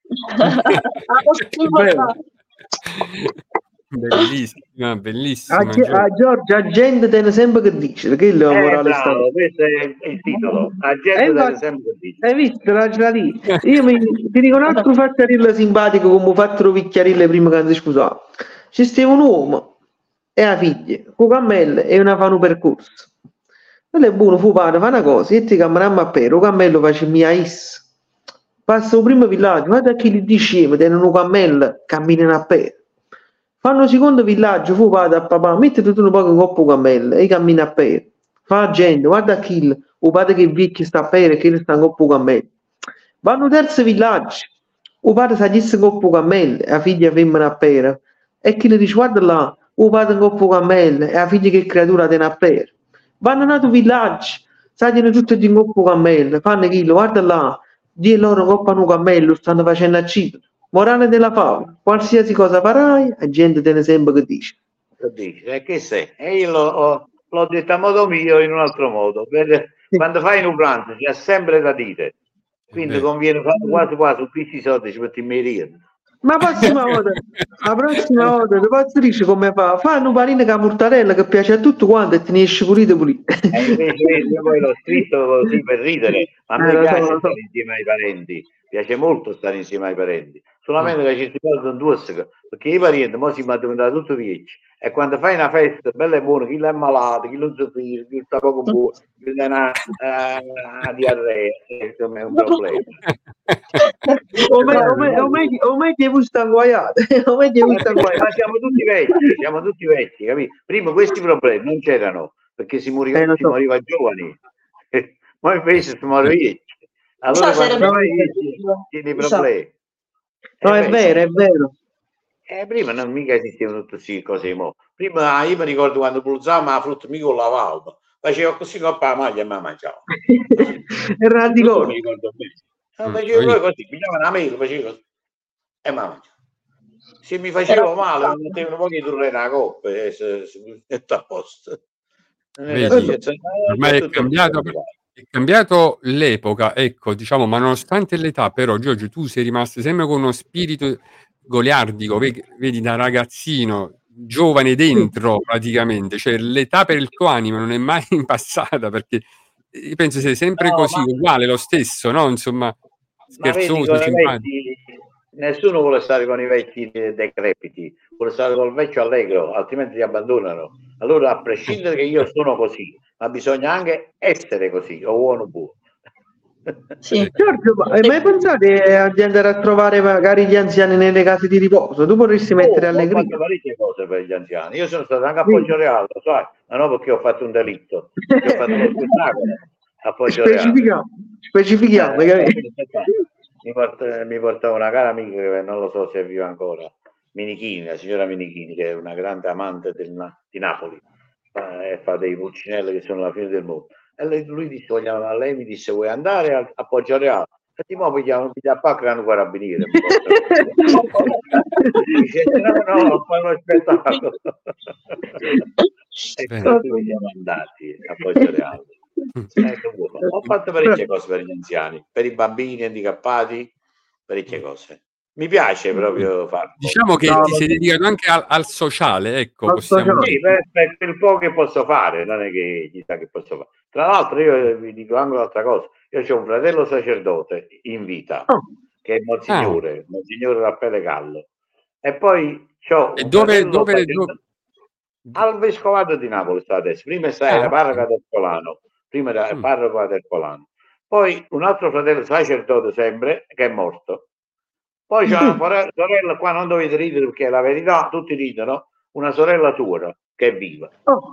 Bellissima, bellissima. A Giorgia, a gente tiene sempre che dice, che è la morale bravo, questo è il titolo, a gente tiene sempre che dice. Hai visto, la lì? Io ti dico un altro facciarilla simpatico come ho fatto Vicchiarille prima che si scusava. Ci stava un uomo e la figlia, con cammello e una fanno percorso. Quello è buono, fu padre, fa una cosa, e ti camminammo a pelo, il cammello face mia is. Passa il primo villaggio, guarda chi li dice, tenono un cammello, camminano a pelo. Fanno il secondo villaggio, fu padre a papà, mettete tu un po' in coppa cammello e cammina a pelo. Fa gente, guarda chi, o padre che vecchio sta a pelo e che sta in coppa cammello. Vanno al terzo villaggio, o padre sa in coppa cammello e la figlia femmina a pelo. E chi le dice, guarda là, o padre in coppa cammello e la figlia che creatura tiene a pelo. Vanno nato villaggio, sagliano tutti in coppa cammello, fanno chilo, guarda là, di loro coppano cammello, stanno facendo a cibo. Morale della favola, qualsiasi cosa farai, la gente te ne sempre che dice. Che sei? E io l'ho detto a modo mio in un altro modo. Quando fai un pranzo c'è sempre da dire, quindi conviene fare quasi un questi soldi ci metti in merienda. Ma la prossima volta ti posso dire come fa? Fanno un panino con la mortadella che piace a tutti quanti e te ne esce pulito. Io poi l'ho scritto così per ridere, ma a me piace stare insieme ai parenti, piace molto stare insieme ai parenti, solamente che ci si portano due perché i parenti mo si mandano tutto vecchi e quando fai una festa bella e buona, chi è malato, chi non soffre, chi sta poco buono, chi ha una diarrea, questo è un problema. O me che vuoi sta guaiato, ma siamo tutti vecchi, capito? Prima questi problemi non c'erano perché si moriva giovani, ma invece si muore vecchi. Allora quando tieni problemi. No, è vero. Prima non mica esistevano tutte queste cose. Prima io mi ricordo quando pulizzavamo la frutta mica con la valva, facevo così con la maglia e me la mangiavo. Era di cosa. Mi ricordo bene. Facevo così, pigliavo una mela, facevo così e me la mangiavo. Se mi facevo male, mi mettevano un po' di turre nella coppa e sta a posto. Ormai è cambiato l'epoca, ecco, diciamo, ma nonostante l'età, però, Giorgio, tu sei rimasto sempre con uno spirito goliardico, vedi, da ragazzino, giovane dentro praticamente, cioè l'età per il tuo animo non è mai passata, perché io penso sei sempre così, uguale, lo stesso, no? Insomma, scherzoso, simpatico. Nessuno vuole stare con i vecchi decrepiti, vuole stare con il vecchio allegro, altrimenti ti abbandonano. Allora, a prescindere che io sono così, ma bisogna anche essere così, o buono buono. Sì. Giorgio, hai mai pensato di andare a trovare magari gli anziani nelle case di riposo? Tu vorresti mettere allegria? Ho fatto parecchie cose per gli anziani. Io sono stato anche a Poggio Reale, sai? Ma no, perché ho fatto un delitto. Ho fatto uno spettacolo a Poggio Reale. Specifichiamo. Mi portava una cara amica che non lo so se è viva ancora, Minichini, la signora Minichini, che è una grande amante di Napoli, e fa dei pulcinelli che sono la fine del mondo. E lui disse, lei mi disse, vuoi andare a Poggio Reale? E ti muovi, mi dà pacca che hanno carabinieri. Dice, no, fai uno spettacolo. E così siamo andati a Poggio Reale. Ho fatto parecchie cose per gli anziani, per i bambini handicappati, parecchie cose. Mi piace proprio farlo. Diciamo che ti sei dedicato anche al sociale, ecco. Possiamo... Sì, per il po' che posso fare, non è che chissà che posso fare. Tra l'altro io vi dico anche un'altra cosa, io ho un fratello sacerdote in vita, che è Monsignore Raffaele Gallo, e poi c'ho un dove? Al Vescovato di Napoli sta adesso, prima era parroco ad Ercolano, prima era parroco ad Ercolano, poi un altro fratello sacerdote sempre, che è morto. Poi c'è una sorella, qua non dovete ridere perché è la verità, tutti ridono, una sorella sua che è viva.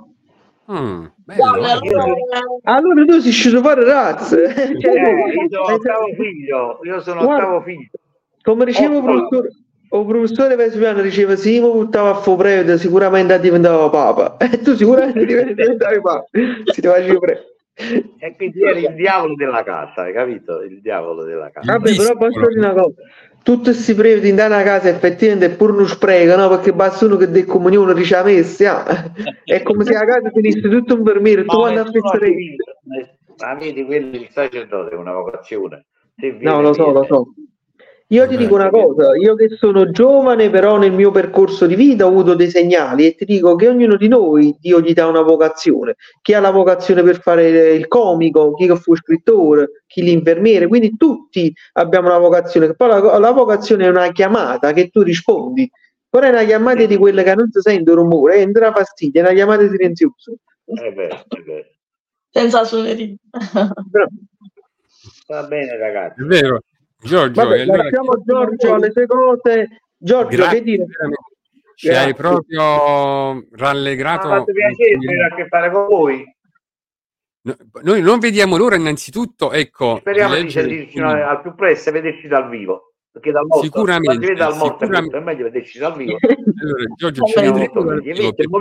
Allora tu sei uscito a fare razze. Io sono ottavo figlio. Come dicevo, professore, il professore Vespasiano diceva sì, mi buttava a fu prete, sicuramente diventava papa. E tu sicuramente diventavi papa. Si ti facevi prete. E quindi eri il diavolo della casa, hai capito? Il diavolo della casa. Vabbè, però posso dire una cosa. Tutti questi preti in una casa effettivamente pur non sprecano, perché basta uno che del comunione dice a messa. È come se a casa finisse tutto un vermiero, tu quando affezzerei. Ma vedi, quello il sacerdote è una vocazione. No, lo so. Io ti dico una cosa, io che sono giovane, però nel mio percorso di vita ho avuto dei segnali e ti dico che ognuno di noi, Dio gli dà una vocazione. Chi ha la vocazione per fare il comico, chi che fu scrittore, chi l'infermiere, quindi tutti abbiamo una vocazione. Poi la vocazione è una chiamata che tu rispondi, però è una chiamata di quelle che non si sente rumore, entra fastidio, è una chiamata silenziosa. È vero. Senza suoneria. Va bene, ragazzi. È vero. Giorgio, vabbè, allora lasciamo Giorgio alle sue cose. Giorgio, che dire? Ci hai proprio rallegrato. Mi ha fatto piacere avere a che fare con voi. Noi non vediamo l'ora, innanzitutto, ecco. Speriamo di sentirci al più presto e vederci dal vivo. Perché dal morto, sicuramente, si vede dal morto è meglio vederci dal vivo. Allora, Giorgio, ci vedremo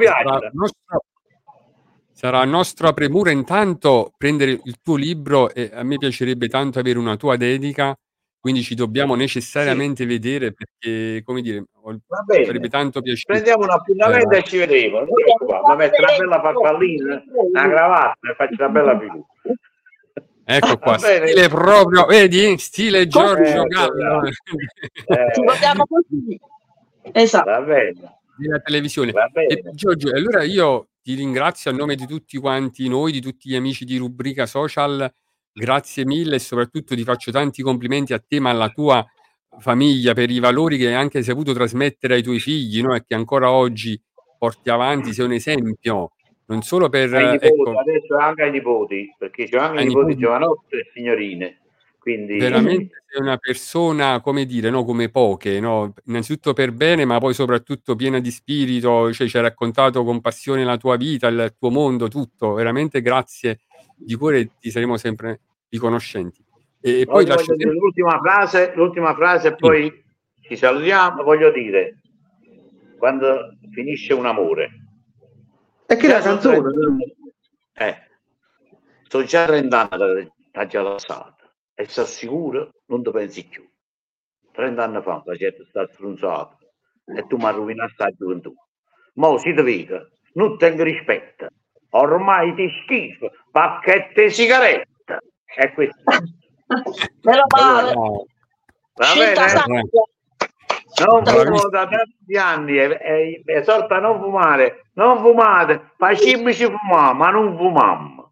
sarà nostra premura intanto prendere il tuo libro e a me piacerebbe tanto avere una tua dedica, quindi ci dobbiamo necessariamente vedere perché, come dire, sarebbe tanto piacere. Prendiamo un appuntamento e ci vedremo, non ti preoccupare, mi metto una bella farfallina, una cravatta e faccio una bella figura. Ecco qua, stile proprio, vedi? Stile Giorgio Gallo. Ci vogliamo così. Esatto. Va bene. Della televisione. E, Giorgio, allora io ti ringrazio a nome di tutti quanti noi, di tutti gli amici di Rubrica Social, grazie mille e soprattutto ti faccio tanti complimenti a te ma alla tua famiglia per i valori che hai anche saputo trasmettere ai tuoi figli, no? E che ancora oggi porti avanti, sei un esempio, non solo per... nipoti, adesso anche ai nipoti, perché c'ho anche i nipoti giovanotti e signorine. Quindi... Veramente sei una persona, come dire, no, come poche, no? Innanzitutto per bene, ma poi soprattutto piena di spirito, cioè ci hai raccontato con passione la tua vita, il tuo mondo, tutto. Veramente grazie di cuore, ti saremo sempre riconoscenti. E poi voglio dire l'ultima frase e poi ci salutiamo. Voglio dire, quando finisce un amore, e che la canzone sto già 30 anni da già lasciata e sono sicuro non ti pensi più. 30 anni fa la gente sta strunzata e tu mi hai rovinato la gioventù. Mo si ti vede, non tengo rispetto, ormai ti schifo, pacchette e sigarette. È questo. Meno male. Va bene? Non fumo da tanti anni e esorto a non fumare. Non fumate, facciamoci fumare, ma non fumiamo.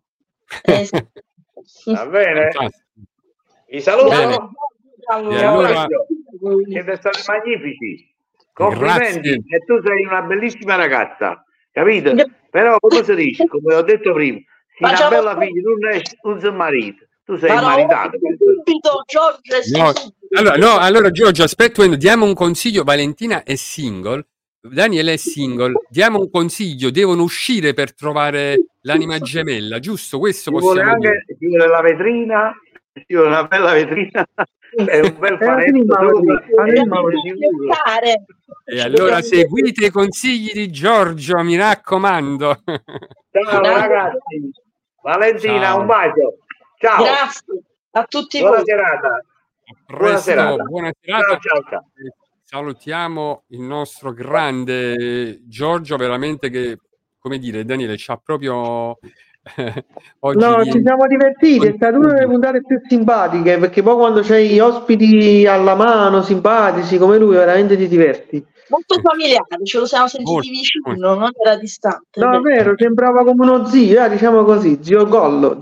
Va bene? Vi saluto. Allora... Siete stati magnifici. Complimenti. E tu sei una bellissima ragazza, capito? Però come si dice, come ho detto prima, sei una bella figlia, non sei marito. Tu sei maritato. Allora Giorgio, aspetta, diamo un consiglio. Valentina è single, Daniele è single, diamo un consiglio, devono uscire per trovare l'anima gemella, giusto? Questo ci possiamo vuole dire. Ci vuole la vetrina, ci vuole una bella vetrina e un bel panetto. E allora seguite i consigli di Giorgio, mi raccomando. Ciao ragazzi, Valentina, ciao. Un bacio. Ciao. Grazie a tutti buona voi. Serata. Buona serata. Buona serata. Ciao. Salutiamo il nostro grande Giorgio, veramente che, come dire, Daniele ci ha proprio oggi ci siamo divertiti, è stata una delle puntate più simpatiche, perché poi quando c'hai gli ospiti alla mano, simpatici come lui, veramente ti diverti. Molto familiare, ce lo siamo sentiti vicino, non era distante. No, è vero, sembrava come uno zio, diciamo così, zio Gallo.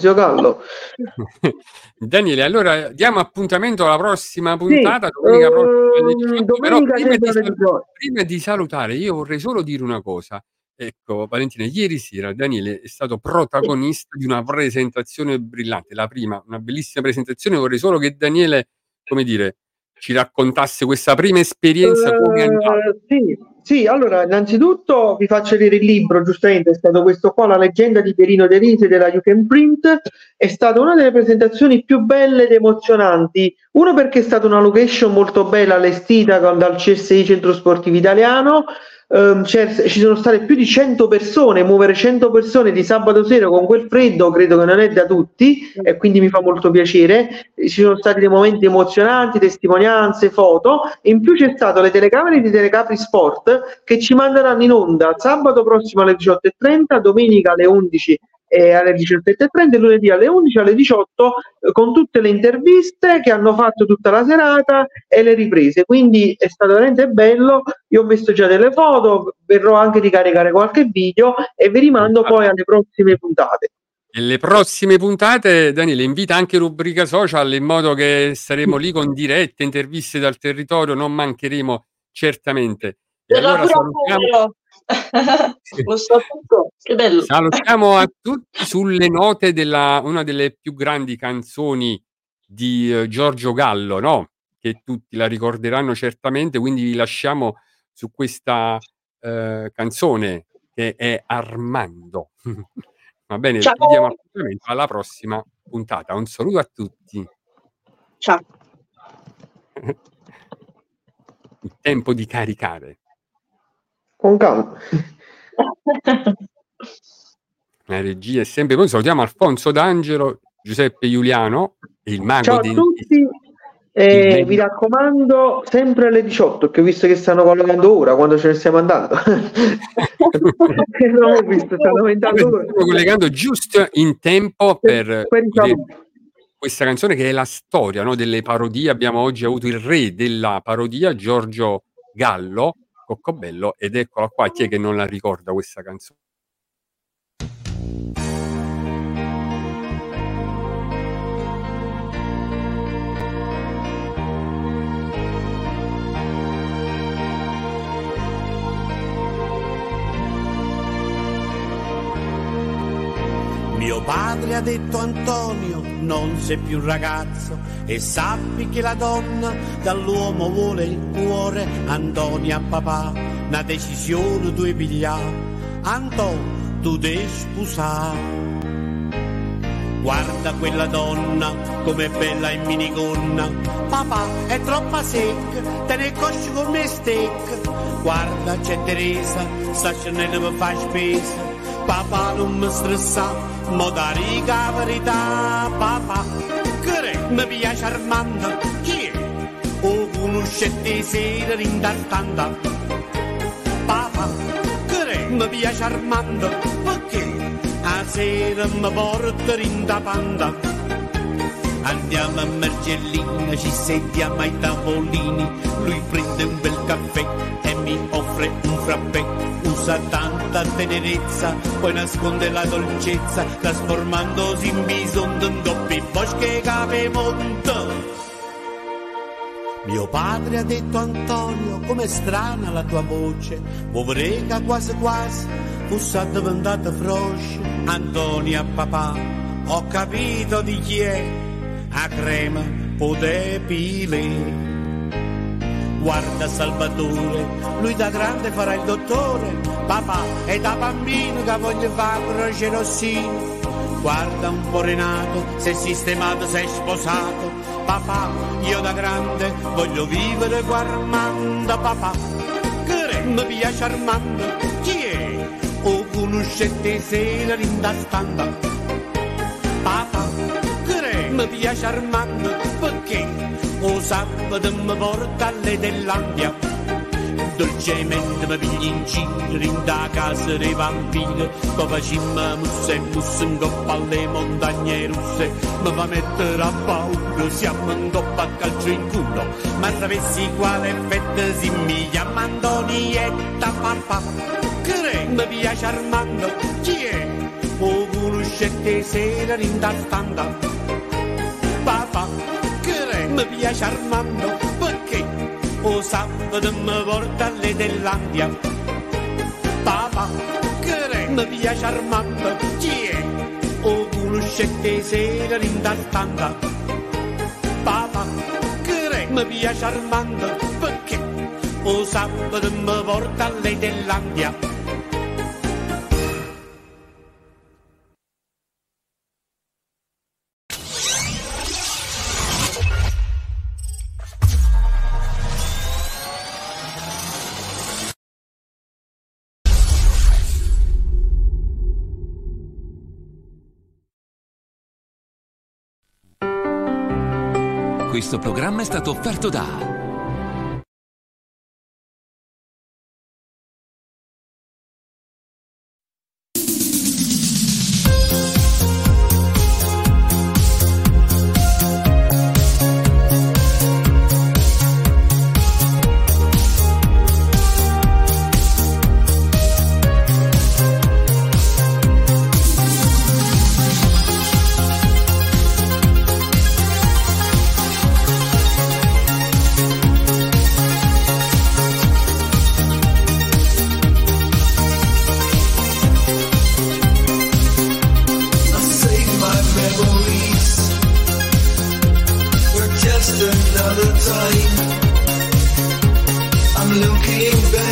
Daniele, allora diamo appuntamento alla prossima puntata, domenica prima di salutare, io vorrei solo dire una cosa. Ecco, Valentina, ieri sera Daniele è stato protagonista di una presentazione brillante, la prima, una bellissima presentazione. Vorrei solo che Daniele, come dire, ci raccontasse questa prima esperienza come è andata. Sì, allora, innanzitutto vi faccio vedere il libro, giustamente è stato questo qua, La leggenda di Pierino De Risi della You Can Print, è stata una delle presentazioni più belle ed emozionanti, uno perché è stata una location molto bella, allestita dal CSI Centro Sportivo Italiano, ci sono state più di 100 persone, muovere 100 persone di sabato sera con quel freddo credo che non è da tutti e quindi mi fa molto piacere. Ci sono stati dei momenti emozionanti, testimonianze, foto, e in più c'è stato le telecamere di Telecapri Sport che ci manderanno in onda sabato prossimo alle 18:30, domenica alle 11 e alle 17:30 e lunedì alle 11 alle 18 con tutte le interviste che hanno fatto tutta la serata e le riprese, quindi è stato veramente bello. Io ho messo già delle foto, verrò anche di caricare qualche video e vi rimando poi alle prossime puntate. E le prossime puntate, Daniele, invita anche rubrica social in modo che saremo lì con dirette, interviste dal territorio, non mancheremo certamente. E allora salutiamo... Lo so tutto, che bello. Salutiamo a tutti sulle note della una delle più grandi canzoni di Giorgio Gallo, no? Che tutti la ricorderanno certamente, quindi vi lasciamo su questa canzone che è Armando. Va bene, Ciao. vi diamo appuntamento alla prossima puntata. Un saluto a tutti. Ciao. Il tempo di caricare. Con calma. La regia è sempre poi. Salutiamo Alfonso D'Angelo, Giuseppe Giuliano e il mago. Ciao a tutti e vi raccomando sempre alle 18, che ho visto che stanno collegando ora quando ce ne stiamo andando. Non ho visto, stanno collegando giusto in tempo per questa canzone che è la storia, no, delle parodie. Abbiamo oggi avuto il re della parodia, Giorgio Gallo, Coccobello, ed eccola qua. Chi è che non la ricorda questa canzone? Mio padre ha detto: Antonio, non sei più un ragazzo e sappi che la donna dall'uomo vuole il cuore. Antonio, a papà, una decisione tu hai pigliato. Antonio, tu devi sposare. Guarda quella donna com'è bella in minigonna. Papà, è troppo secca, te ne cosci come steak. Guarda, c'è Teresa, sta Chanel mi fa spesa. Papà, non mi stressa, mo da riga verità. Papà, che mi piace Armando, chi è? O conoscete sera rindartanda. Papà, che mi piace Armando, perché a sera mi porta rindapanda. Andiamo a Mergellina, ci sediamo ai tavolini. Lui prende un bel caffè e mi offre un frappè. Usa tanta tenerezza, poi nasconde la dolcezza, trasformandosi in bisonte in doppi boschi che monta. Mio padre ha detto: Antonio, com'è strana la tua voce, poverega quasi quasi, fosse diventata froce. Antonio, a papà, ho capito di chi è, a crema potepile. Guarda Salvatore, lui da grande farà il dottore. Papà, è da bambino che voglio fare croce rossino. Guarda un po' Renato, sei sistemato, sei sposato. Papà, io da grande voglio vivere con Armando. Papà, che mi piace Armando, chi è? O conoscete sera rindastanda. Papà, che mi piace Armando, perché? O sabato mi porta alle dell'Andia. Dolcemente mi pigli in giro in da casa dei vampiri. Poi facciamo musse e musse in coppa alle montagne russe. Mi fa mettere a paura, siamo in coppa a calcio in culo. Ma sapessi quale effetto si mi chiama Antonietta. Papà, che mi piace Armando, chi è? O conoscete sera rindastanda. Papà, che mi piace Armando, perché? O sabato mi porta alle dell'Andia. Papà, che mi piace Armando, chi è? O conoscete sera rindastanda. Papà, che mi piace Armando, perché? o sabato mi porta all'Etelandia. Questo programma è stato offerto da another time. I'm looking back.